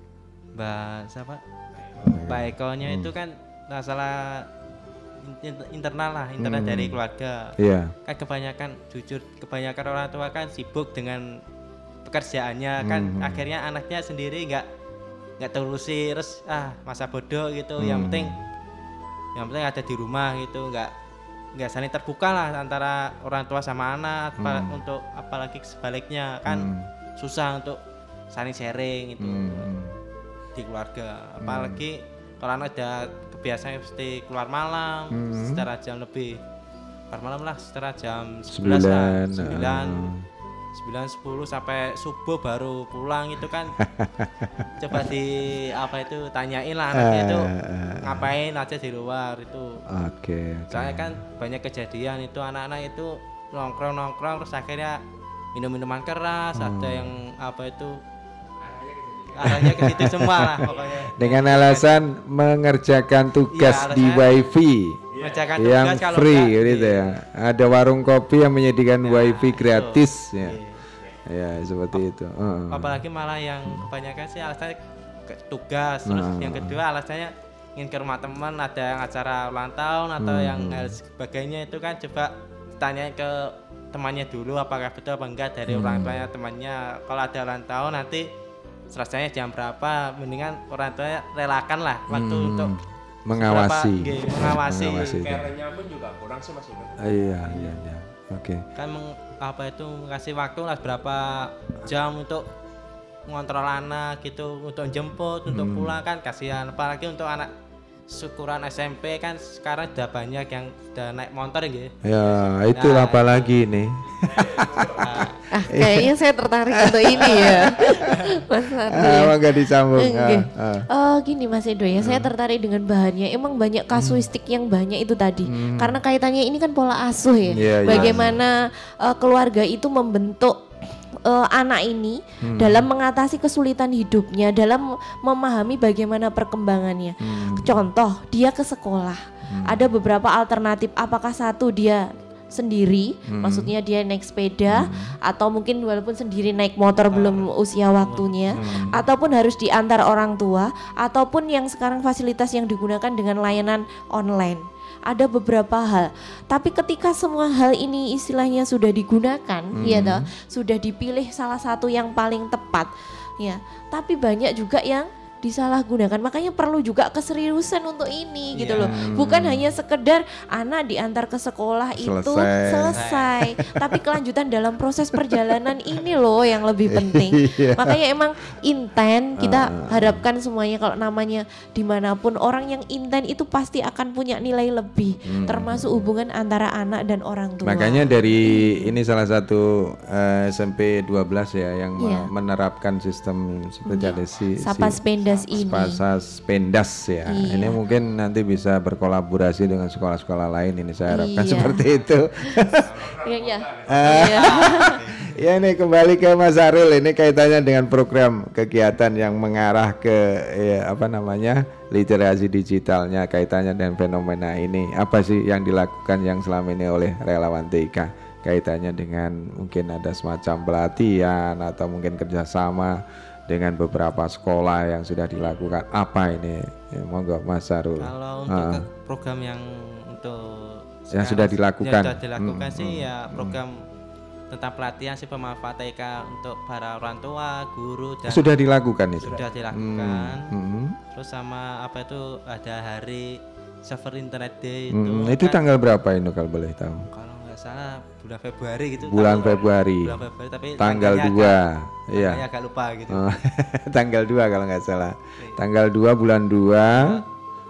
Mbak Eko-nya itu kan masalah internal dari keluarga. Kan kebanyakan orang tua kan sibuk dengan pekerjaannya kan akhirnya anaknya sendiri nggak terusi terus masa bodoh gitu. Yang penting ada di rumah gitu, nggak saling terbuka lah antara orang tua sama anak. Untuk apalagi sebaliknya kan susah untuk saling sharing itu di keluarga. Apalagi kalau anak ada kebiasaan mesti keluar malam secara jam lebih secara jam 11 9 10 sampai subuh baru pulang itu kan coba tanyain lah anaknya itu ngapain aja di luar itu. Soalnya kan banyak kejadian itu anak-anak itu nongkrong terus akhirnya minum minuman keras, ada yang arahnya ke situ semua lah pokoknya. Dengan alasan mengerjakan tugas di wifi yang free gitu ya. Ada warung kopi yang menyediakan wifi gratis ya. Ya seperti itu. Apalagi malah yang kebanyakan sih alasannya tugas, terus yang kedua alasannya ingin ke rumah teman, ada yang acara ulang tahun atau yang hal sebagainya, itu kan coba tanya ke temannya dulu apakah betul apa enggak dari orang tuanya temannya. Kalau ada ulang tahun nanti selesainya jam berapa, mendingan orang tuanya relakan lah waktu untuk mengawasi. Caranya pun juga kurang sih Mas Ido. Iya. Oke. Kan kasih waktu lah berapa jam untuk ngontrol anak gitu, untuk jemput, untuk pulang kan kasihan. Apalagi untuk anak syukuran SMP kan sekarang sudah banyak yang sudah naik motor gitu. Ya, itu apalagi nih. Kayaknya saya tertarik untuk ini ya. Mas Ardi. Enggak disambung. Gini Mas Edo ya, saya tertarik dengan bahannya. Emang banyak kasuistik yang banyak itu tadi. Karena kaitannya ini kan pola asuh ya. Bagaimana keluarga itu membentuk anak ini dalam mengatasi kesulitan hidupnya, dalam memahami bagaimana perkembangannya. Contoh, dia ke sekolah. Ada beberapa alternatif, apakah satu dia sendiri, maksudnya dia naik sepeda, atau mungkin walaupun sendiri naik motor belum usia waktunya, ataupun harus diantar orang tua, ataupun yang sekarang fasilitas yang digunakan dengan layanan online. Ada beberapa hal, tapi ketika semua hal ini istilahnya sudah digunakan, ya toh, sudah dipilih salah satu yang paling tepat, ya. Tapi banyak juga yang disalahgunakan, makanya perlu juga keseriusan untuk ini gitu loh. Bukan hanya sekedar anak diantar ke sekolah itu selesai, tapi kelanjutan dalam proses perjalanan ini loh yang lebih penting. Makanya emang intent, kita harapkan semuanya kalau namanya dimanapun orang yang intent itu pasti akan punya nilai lebih, termasuk hubungan antara anak dan orang tua. Makanya dari ini salah satu SMP 12 ya yang menerapkan sistem seperti Spasas Pendas ya. Ini mungkin nanti bisa berkolaborasi dengan sekolah-sekolah lain, ini saya harapkan seperti itu. Ya ini kembali ke Mas Arul, ini kaitannya dengan program kegiatan yang mengarah ke literasi digitalnya, kaitannya dengan fenomena ini. Apa sih yang dilakukan yang selama ini oleh relawan TIK? Kaitannya dengan mungkin ada semacam pelatihan atau mungkin kerjasama dengan beberapa sekolah yang sudah dilakukan. Apa ini? Ya, monggo Mas Sarul. Kalau untuk program yang yang sudah dilakukan, sih ya program tentang pelatihan sih pemanfaat TIK untuk para orang tua, guru dan sudah dilakukan itu. Sudah dilakukan. Terus sama ada hari server internet day itu kan, tanggal berapa ini kalau boleh tahu? Kalau nggak salah bulan Februari gitu. Bulan Februari tapi tanggal 2. Iya. Agak lupa gitu. Tanggal 2 kalau nggak salah. Tanggal 2 bulan 2.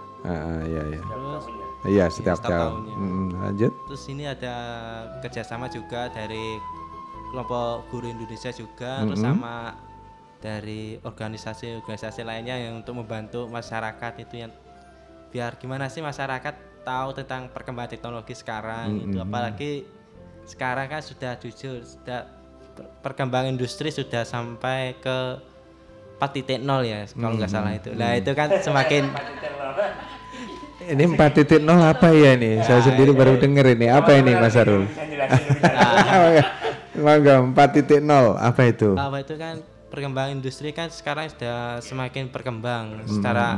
Iya setiap tahun. Lanjut. Terus ini ada kerjasama juga dari kelompok guru Indonesia juga, terus sama dari organisasi lainnya yang untuk membantu masyarakat itu, yang biar gimana sih masyarakat tahu tentang perkembangan teknologi sekarang itu, apalagi sekarang kan sudah perkembangan industri sudah sampai ke 4.0 ya kalau nggak salah itu. Nah itu kan semakin ini 4.0 apa ya ini? Saya sendiri baru dengar ini. Apa ini Mas Arul? Mangga 4.0 apa itu? Apa itu kan perkembangan industri kan sekarang sudah semakin berkembang secara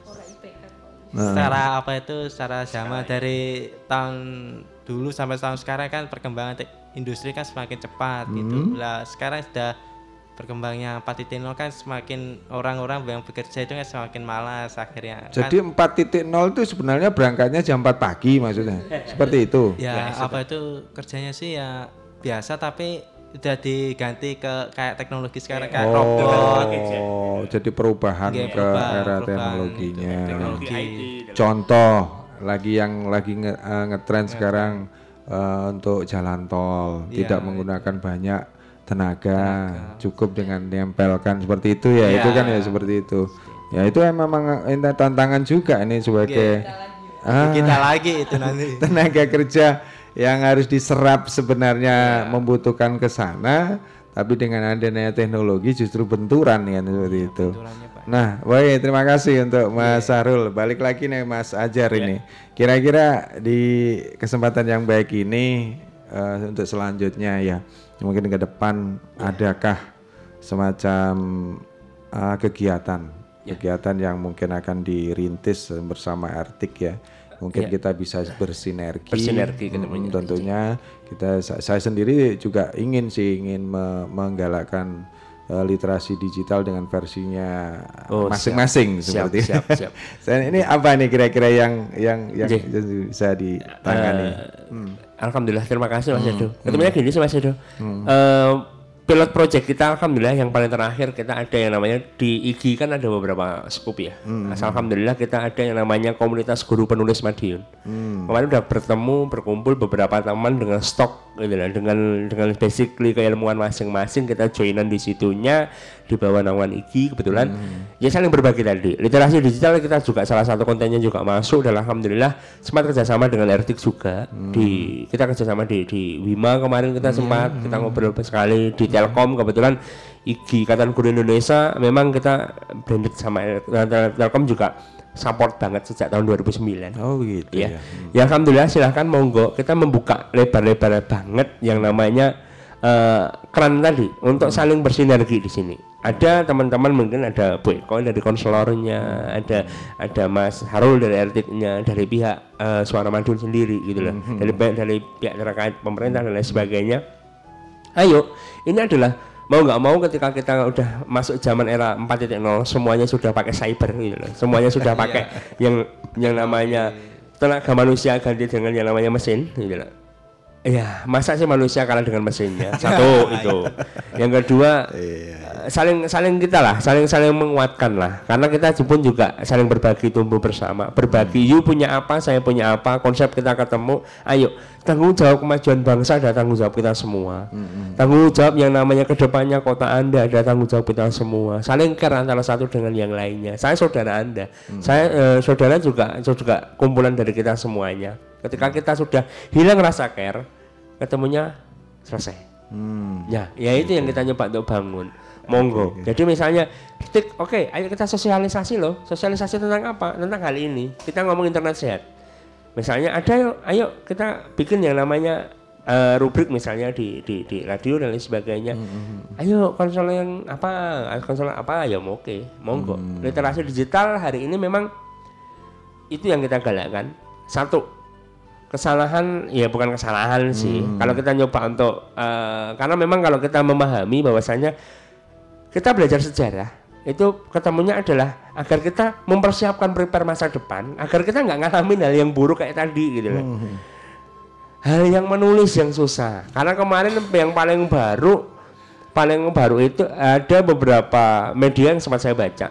zaman dari tahun dulu sampai tahun sekarang kan perkembangan industri kan semakin cepat gitu. Lah sekarang sudah berkembangnya 4.0 kan semakin orang-orang yang bekerja itu kan semakin malas akhirnya. Jadi kan 4.0 itu sebenarnya berangkatnya jam 4 pagi maksudnya. Seperti itu. Ya, itu kerjanya sih ya biasa tapi udah diganti ke kayak teknologi sekarang kayak robot. Jadi perubahan ke era teknologinya. Contoh lagi ngetren sekarang untuk jalan tol tidak menggunakan banyak tenaga, cukup dengan nempelkan seperti itu ya. Itu kan ya seperti itu. Ya itu memang tantangan juga ini sebagai kita lagi itu nanti tenaga kerja yang harus diserap sebenarnya membutuhkan ke sana, Tapi dengan adanya teknologi justru benturan kan seperti itu. Nah, baik, terima kasih untuk Mas Sahrul. Balik lagi nih Mas Ajar ini. Kira-kira di kesempatan yang baik ini untuk selanjutnya ya, mungkin ke depan adakah semacam kegiatan yang mungkin akan dirintis bersama Ertik ya. Mungkin kita bisa bersinergi tentunya. Saya sendiri juga ingin menggalakkan literasi digital dengan versinya masing-masing seperti itu. Siap. Ini apa nih kira-kira yang bisa ditangani? Alhamdulillah, terima kasih Mas Edo. Ketemunya gini sih Mas Edo. Pilot project kita alhamdulillah yang paling terakhir kita ada yang namanya di IG kan ada beberapa scoop ya. Alhamdulillah kita ada yang namanya komunitas guru penulis Madiun. Kemarin udah berkumpul beberapa teman dengan stok gitu lah, dengan basically keilmuan masing-masing kita joinan di situnya di bawah naungan IG kebetulan. Ya saling berbagi tadi. Literasi digital kita juga salah satu kontennya juga masuk dan alhamdulillah sempat kerjasama dengan Ertik juga. Kita kerjasama di Wima kemarin kita sempat kita ngobrol sekali di Telkom kebetulan IG Ikatan Guru Indonesia memang kita branded sama Telkom juga support banget sejak tahun 2009. Oh gitu ya. Ya alhamdulillah silahkan monggo kita membuka lebar-lebar banget yang namanya keran tadi untuk saling bersinergi di sini. Ada teman-teman mungkin ada Bu Eko dari konselornya, ada Mas Harul dari RT-nya, dari pihak Suara Madiun sendiri gitu loh. Dari pihak terkait pemerintah dan lain sebagainya. Ayo, ini adalah mau nggak mau ketika kita udah masuk zaman era 4.0 semuanya sudah pakai cyber gitu loh. Semuanya sudah pakai yang namanya tenaga manusia ganti dengan yang namanya mesin gitu loh. Ya, masa sih manusia kalah dengan mesinnya? Satu itu. Yang kedua, saling kita lah, saling menguatkan lah. Karena kita pun juga saling berbagi tumbuh bersama. Berbagi, you punya apa, saya punya apa, konsep kita ketemu. Ayo, tanggung jawab kemajuan bangsa ada tanggung jawab kita semua. Tanggung jawab yang namanya kedepannya kota Anda ada tanggung jawab kita semua. Saling care antara satu dengan yang lainnya. Saya saudara Anda, saya saudara juga kumpulan dari kita semuanya. Ketika kita sudah hilang rasa care, ketemunya selesai. Ya itu yang kita nyoba untuk bangun. Monggo. Jadi misalnya, oke, ayo kita sosialisasi loh. Sosialisasi tentang apa? Tentang hal ini. Kita ngomong internet sehat. Misalnya ayo kita bikin yang namanya rubrik misalnya di radio dan lain sebagainya. Ayo konseling apa ya oke, monggo. Literasi digital hari ini memang itu yang kita galakkan. Satu, kesalahan ya bukan kesalahan sih. Kalau kita nyoba untuk karena memang kalau kita memahami bahwasanya kita belajar sejarah itu ketemunya adalah agar kita mempersiapkan prepare masa depan, agar kita nggak ngalamin hal yang buruk kayak tadi gitu loh. Hal yang menulis yang susah. Karena kemarin yang paling baru itu ada beberapa media yang sempat saya baca.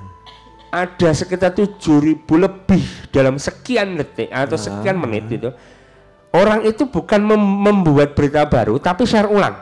Ada sekitar 7.000 lebih dalam sekian detik atau sekian menit itu. Orang itu bukan membuat berita baru tapi share ulang.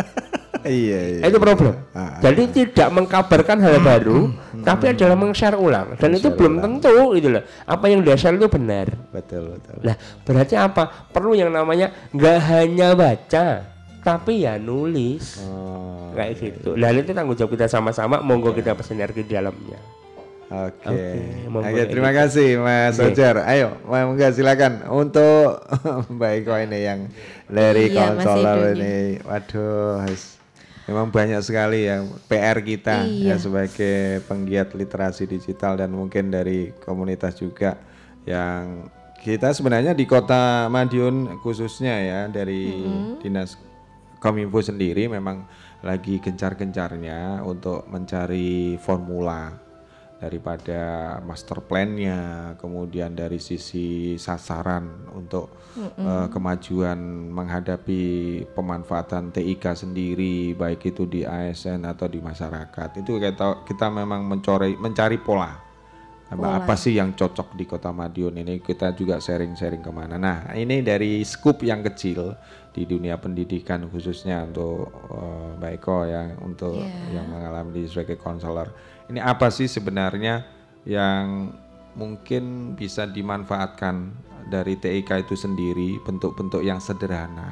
Iya. Itu problem. Jadi tidak mengkabarkan hal baru tapi adalah meng-share ulang dan itu belum tentu gitu loh. Apa yang dia share itu benar. Betul. Nah, berarti apa? Perlu yang namanya nggak hanya baca tapi ya nulis. Kayak gitu. Nah, itu tanggung jawab kita sama-sama, monggo kita bersinergi di dalamnya. Oke, terima kasih Mas Ojar. Ayo, monggo silakan untuk Mbak Eko ini yang dari konselor ini. Waduh, memang banyak sekali ya PR kita ya sebagai penggiat literasi digital dan mungkin dari komunitas juga yang kita sebenarnya di Kota Madiun khususnya ya dari Dinas Kominfo sendiri memang lagi gencar-gencarnya untuk mencari formula daripada master plan-nya, kemudian dari sisi sasaran untuk kemajuan menghadapi pemanfaatan TIK sendiri, baik itu di ASN atau di masyarakat. Itu kita memang mencari pola. Apa sih yang cocok di Kota Madiun ini, kita juga sharing-sharing kemana. Nah ini dari scoop yang kecil di dunia pendidikan khususnya untuk Mbak Eko yang yang mengalami sebagai konselor. Ini apa sih sebenarnya yang mungkin bisa dimanfaatkan dari TIK itu sendiri, bentuk-bentuk yang sederhana.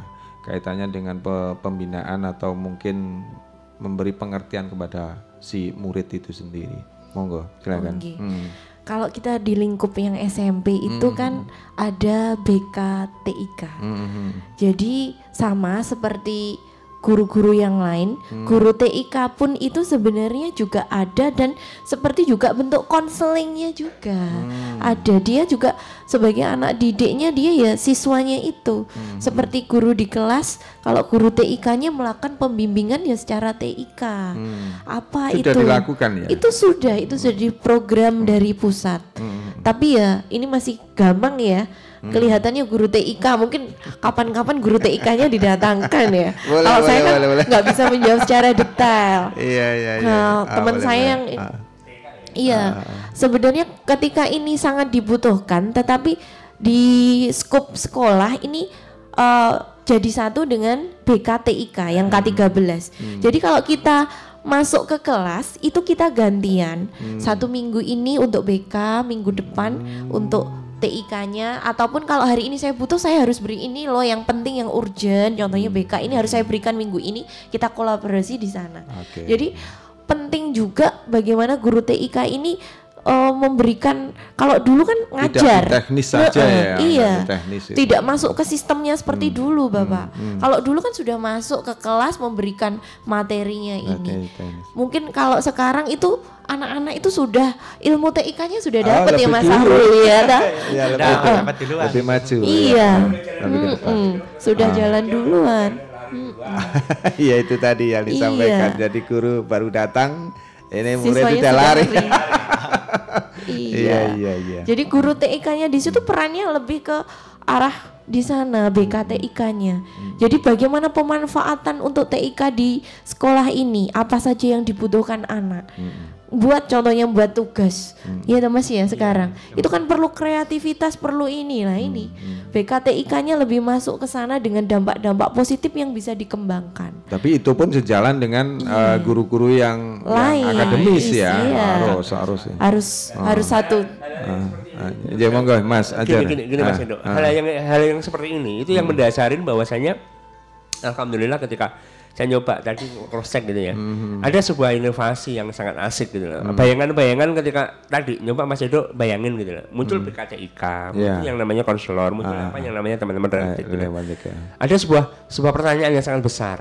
kaitannya dengan pembinaan atau mungkin memberi pengertian kepada si murid itu sendiri. Monggo, silakan. Okay. Kalau kita di lingkup yang SMP itu kan ada BKTIK. Jadi sama seperti guru-guru yang lain, guru TIK pun itu sebenarnya juga ada dan seperti juga bentuk konselingnya juga ada. Dia juga sebagai anak didiknya dia ya siswanya itu seperti guru di kelas. Kalau guru TIK-nya melakukan pembimbingan ya secara TIK. Apa sudah itu? Dilakukan ya? Itu sudah di program dari pusat. Tapi ya ini masih gampang ya. Kelihatannya guru TIK mungkin kapan-kapan guru TIK-nya didatangkan ya. Kalau saya kan nggak bisa menjawab secara detail. Iya. Nah, teman saya yang sebenarnya ketika ini sangat dibutuhkan, tetapi di skop sekolah ini jadi satu dengan BKTIK yang K13. Jadi kalau kita masuk ke kelas itu kita gantian. Satu minggu ini untuk BK, minggu depan untuk TIK-nya, ataupun kalau hari ini saya butuh saya harus beri ini loh yang penting yang urgent, contohnya BK ini harus saya berikan minggu ini, kita kolaborasi di sana. Jadi penting juga bagaimana guru TIK ini memberikan, kalau dulu kan ngajar tidak teknis saja ya, iya, teknis tidak masuk ke sistemnya seperti dulu Bapak. Kalau dulu kan sudah masuk ke kelas memberikan materinya ini. Mungkin kalau sekarang itu anak-anak itu sudah ilmu TIK-nya sudah dapat ya Mas Sahrul ya, lebih maju. Iya, sudah jalan duluan. Iya itu tadi yang disampaikan. Jadi guru baru datang, ini murid sudah lari. Iya. Jadi guru TIK-nya di situ perannya lebih ke arah di sana BKTIK-nya. Jadi bagaimana pemanfaatan untuk TIK di sekolah ini? Apa saja yang dibutuhkan anak? Buat contohnya buat tugas. Iya Mas ya sekarang. Itu kan perlu kreativitas, perlu ini. Nah ini BKTIK-nya lebih masuk ke sana dengan dampak-dampak positif yang bisa dikembangkan. Tapi itu pun sejalan dengan guru-guru yang akademis ya. Harus satu. Ya monggo Mas ajar. Gini Mas Endo. Hal yang seperti ini itu yang mendasarin bahwasanya alhamdulillah ketika saya nyoba tadi cross check gitu ya. Ada sebuah inovasi yang sangat asik gitu loh. Bayangan-bayangan ketika tadi nyoba Mas Edo bayangin gitu loh. Muncul BKTIK, muncul yang namanya konselor, muncul apa yang namanya teman-teman gitu. Ada sebuah pertanyaan yang sangat besar.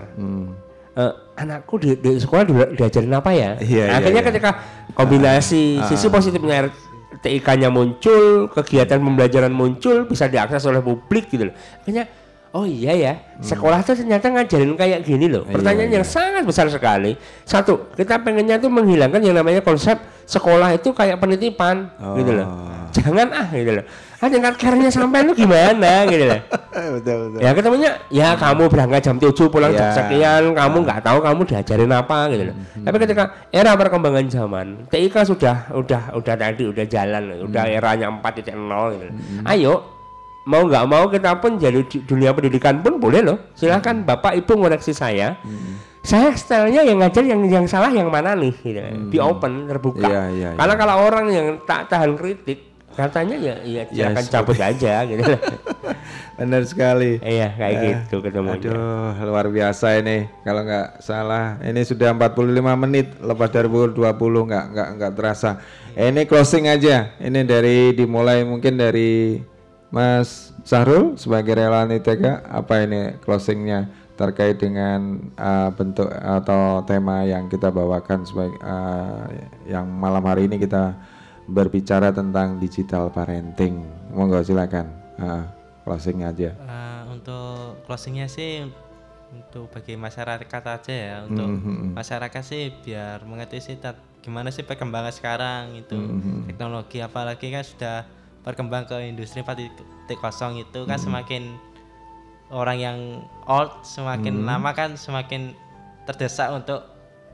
Anakku di sekolah diajarin apa ya? Akhirnya ketika kombinasi sisi positifnya TIK-nya muncul, kegiatan pembelajaran muncul, bisa diakses oleh publik gitu loh. Akhirnya oh iya ya, sekolah tuh ternyata ngajarin kayak gini loh. Pertanyaan yang sangat besar sekali. Satu, kita pengennya tuh menghilangkan yang namanya konsep sekolah itu kayak penitipan gitu loh. Jangan gitu loh. Tingkat care-nya sampai lu gimana gitu loh. Betul. Ya ketemunya ya kamu berangkat jam 7 pulang jam sekian, kamu nggak tahu kamu diajarin apa gitu loh. Tapi ketika era perkembangan zaman, TIK udah jalan, udah eranya 4.0 gitu loh. Ayo mau nggak mau kita pun jadi dunia pendidikan pun boleh loh. Silakan Bapak Ibu ngoreksi saya. Saya stylenya yang ngajar yang salah yang mana nih gitu. Be open, terbuka. Karena kalau orang yang tak tahan kritik katanya ya silakan cabut aja gitu. Benar sekali. Iya kayak gitu ketemunya. Aduh luar biasa ini. Kalau nggak salah ini sudah 45 menit lepas dari pukul 20 nggak terasa. Ini closing aja. Ini dimulai mungkin dari Mas Sahrul sebagai relawan ITK, apa ini closingnya terkait dengan bentuk atau tema yang kita bawakan sebagai yang malam hari ini kita berbicara tentang digital parenting. Monggo silakan closing aja. Untuk closingnya sih untuk bagi masyarakat aja ya, untuk masyarakat sih biar mengerti sih gimana sih perkembangan sekarang itu teknologi, apalagi kan sudah berkembang ke industri 4.0 itu kan semakin orang yang old semakin lama kan semakin terdesak untuk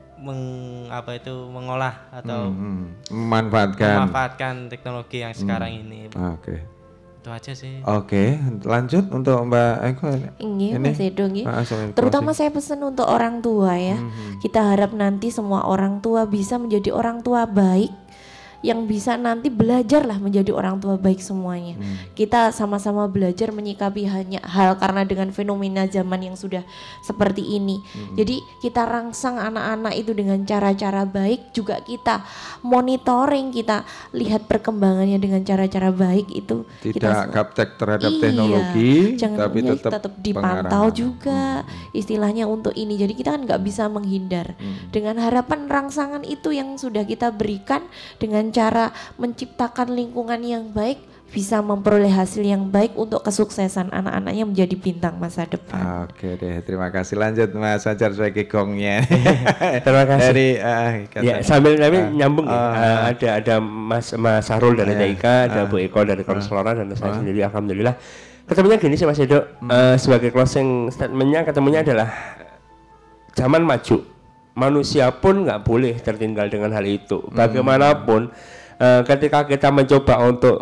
mengolah atau memanfaatkan teknologi yang sekarang ini. Itu aja sih. Lanjut untuk Mbak Eko. Ini Mas Edo terutama saya pesan untuk orang tua ya. Kita harap nanti semua orang tua bisa menjadi orang tua baik yang bisa nanti belajarlah menjadi orang tua baik semuanya. Kita sama-sama belajar menyikapi hal karena dengan fenomena zaman yang sudah seperti ini. Jadi kita rangsang anak-anak itu dengan cara-cara baik, juga kita monitoring, kita lihat perkembangannya dengan cara-cara baik itu. Tidak gaptek terhadap teknologi, tapi tetap dipantau juga istilahnya untuk ini. Jadi kita kan nggak bisa menghindar dengan harapan rangsangan itu yang sudah kita berikan dengan cara menciptakan lingkungan yang baik, bisa memperoleh hasil yang baik untuk kesuksesan anak-anaknya menjadi bintang masa depan. Oke deh, terima kasih. Lanjut Mas Ajar sebagai gongnya. Terima kasih. Dari ya, sambil kami nyambung ada Mas Sahrul dari TIK, ada Bu Eko dari Konselora, dan saya sendiri alhamdulillah. Ketemunya gini sih Mas Edo, sebagai closing statementnya ketemunya adalah zaman maju, manusia pun nggak boleh tertinggal dengan hal itu. Bagaimanapun ketika kita mencoba untuk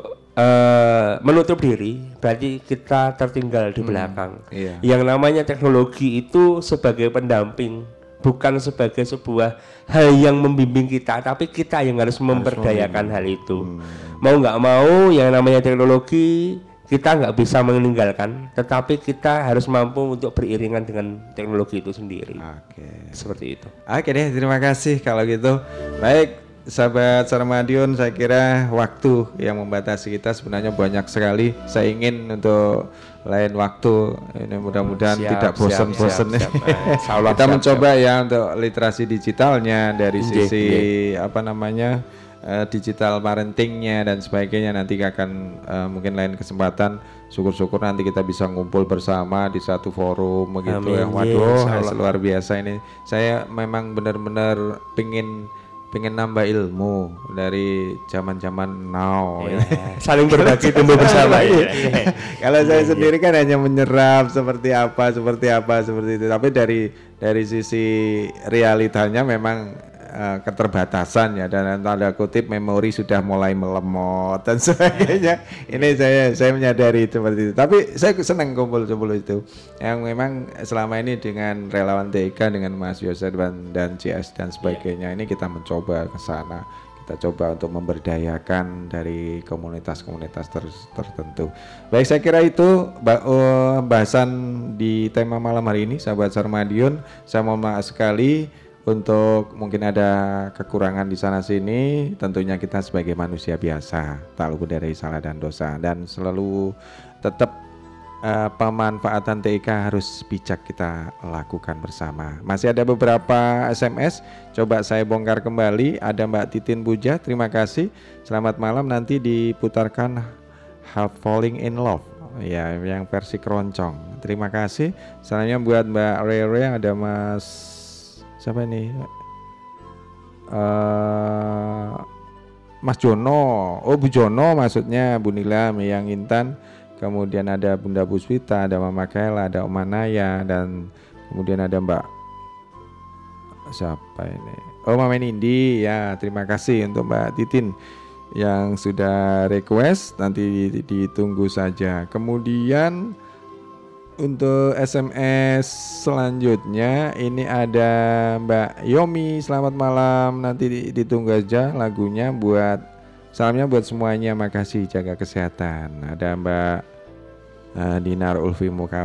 menutup diri, berarti kita tertinggal di belakang. Yang namanya teknologi itu sebagai pendamping, bukan sebagai sebuah hal yang membimbing kita, tapi kita yang harus memberdayakan hal itu. Mau nggak mau, yang namanya teknologi kita nggak bisa meninggalkan, tetapi kita harus mampu untuk beriringan dengan teknologi itu sendiri. Seperti itu. Oke deh, terima kasih kalau gitu. Baik, sahabat Sarmadion, saya kira waktu yang membatasi kita sebenarnya banyak sekali. Saya ingin untuk lain waktu ini mudah-mudahan tidak bosan-bosan. Kita mencoba ya untuk literasi digitalnya dari sisi apa namanya digital parentingnya dan sebagainya. Nanti akan mungkin lain kesempatan, syukur-syukur nanti kita bisa ngumpul bersama di satu forum begitu ya. Waduh, luar biasa ini. Saya memang benar-benar pengen nambah ilmu dari zaman-zaman now ya. Saling berbagi tumbuh bersama ya. Kalau saya sendiri kan hanya menyerap seperti itu, tapi dari sisi realitanya memang keterbatasan ya, dan tanda kutip memori sudah mulai melemot dan sebagainya. Ini saya menyadari seperti itu. Tapi saya senang kumpul itu yang memang selama ini dengan relawan TIK, dengan Mas Yosef dan CS dan sebagainya. Ini kita mencoba ke sana. Kita coba untuk memberdayakan dari komunitas-komunitas tertentu. Baik, saya kira itu bahasan di tema malam hari ini, sahabat Sarmadion. Saya mohon maaf sekali untuk mungkin ada kekurangan di sana sini. Tentunya kita sebagai manusia biasa tak luput dari salah dan dosa, dan selalu tetap pemanfaatan TIK harus bijak kita lakukan bersama. Masih ada beberapa SMS, coba saya bongkar kembali. Ada Mbak Titin Puja, terima kasih. Selamat malam, nanti diputarkan Half Falling in Love ya, yang versi keroncong. Terima kasih. Selanjutnya buat Mbak Rere, ada Mas siapa ini? Mas Jono. Oh, Bu Jono maksudnya, Bu Nila, Meyang Intan. Kemudian ada Bunda Puswita, ada Mama Kaila, ada Oma Naya, dan kemudian ada Mbak siapa ini? Oh, Mama Nindi ya. Terima kasih untuk Mbak Titin yang sudah request. Nanti ditunggu saja. Kemudian untuk SMS selanjutnya ini ada Mbak Yomi, selamat malam, nanti ditunggu aja lagunya. Buat salamnya buat semuanya, makasih, jaga kesehatan. Ada Mbak Dinar Ulfi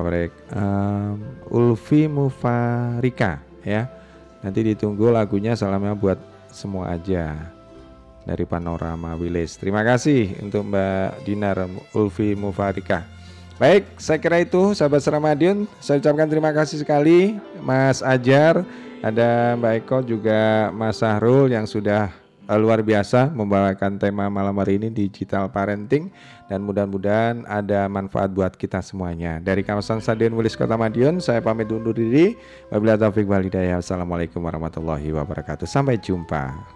Mufarika ya, nanti ditunggu lagunya. Salamnya buat semua aja dari Panorama Village. Terima kasih untuk Mbak Dinar Ulfi Mufarika. Baik, saya kira itu sahabat Sarmadion. Saya ucapkan terima kasih sekali Mas Ajar, ada Mbak Eko, juga Mas Sahrul yang sudah luar biasa membawakan tema malam hari ini, digital parenting, dan mudah-mudahan ada manfaat buat kita semuanya. Dari kawasan Stadion Wilis Kota Madiun, saya pamit undur diri. Wabillahi taufiq wal hidayah. Assalamualaikum warahmatullahi wabarakatuh. Sampai jumpa.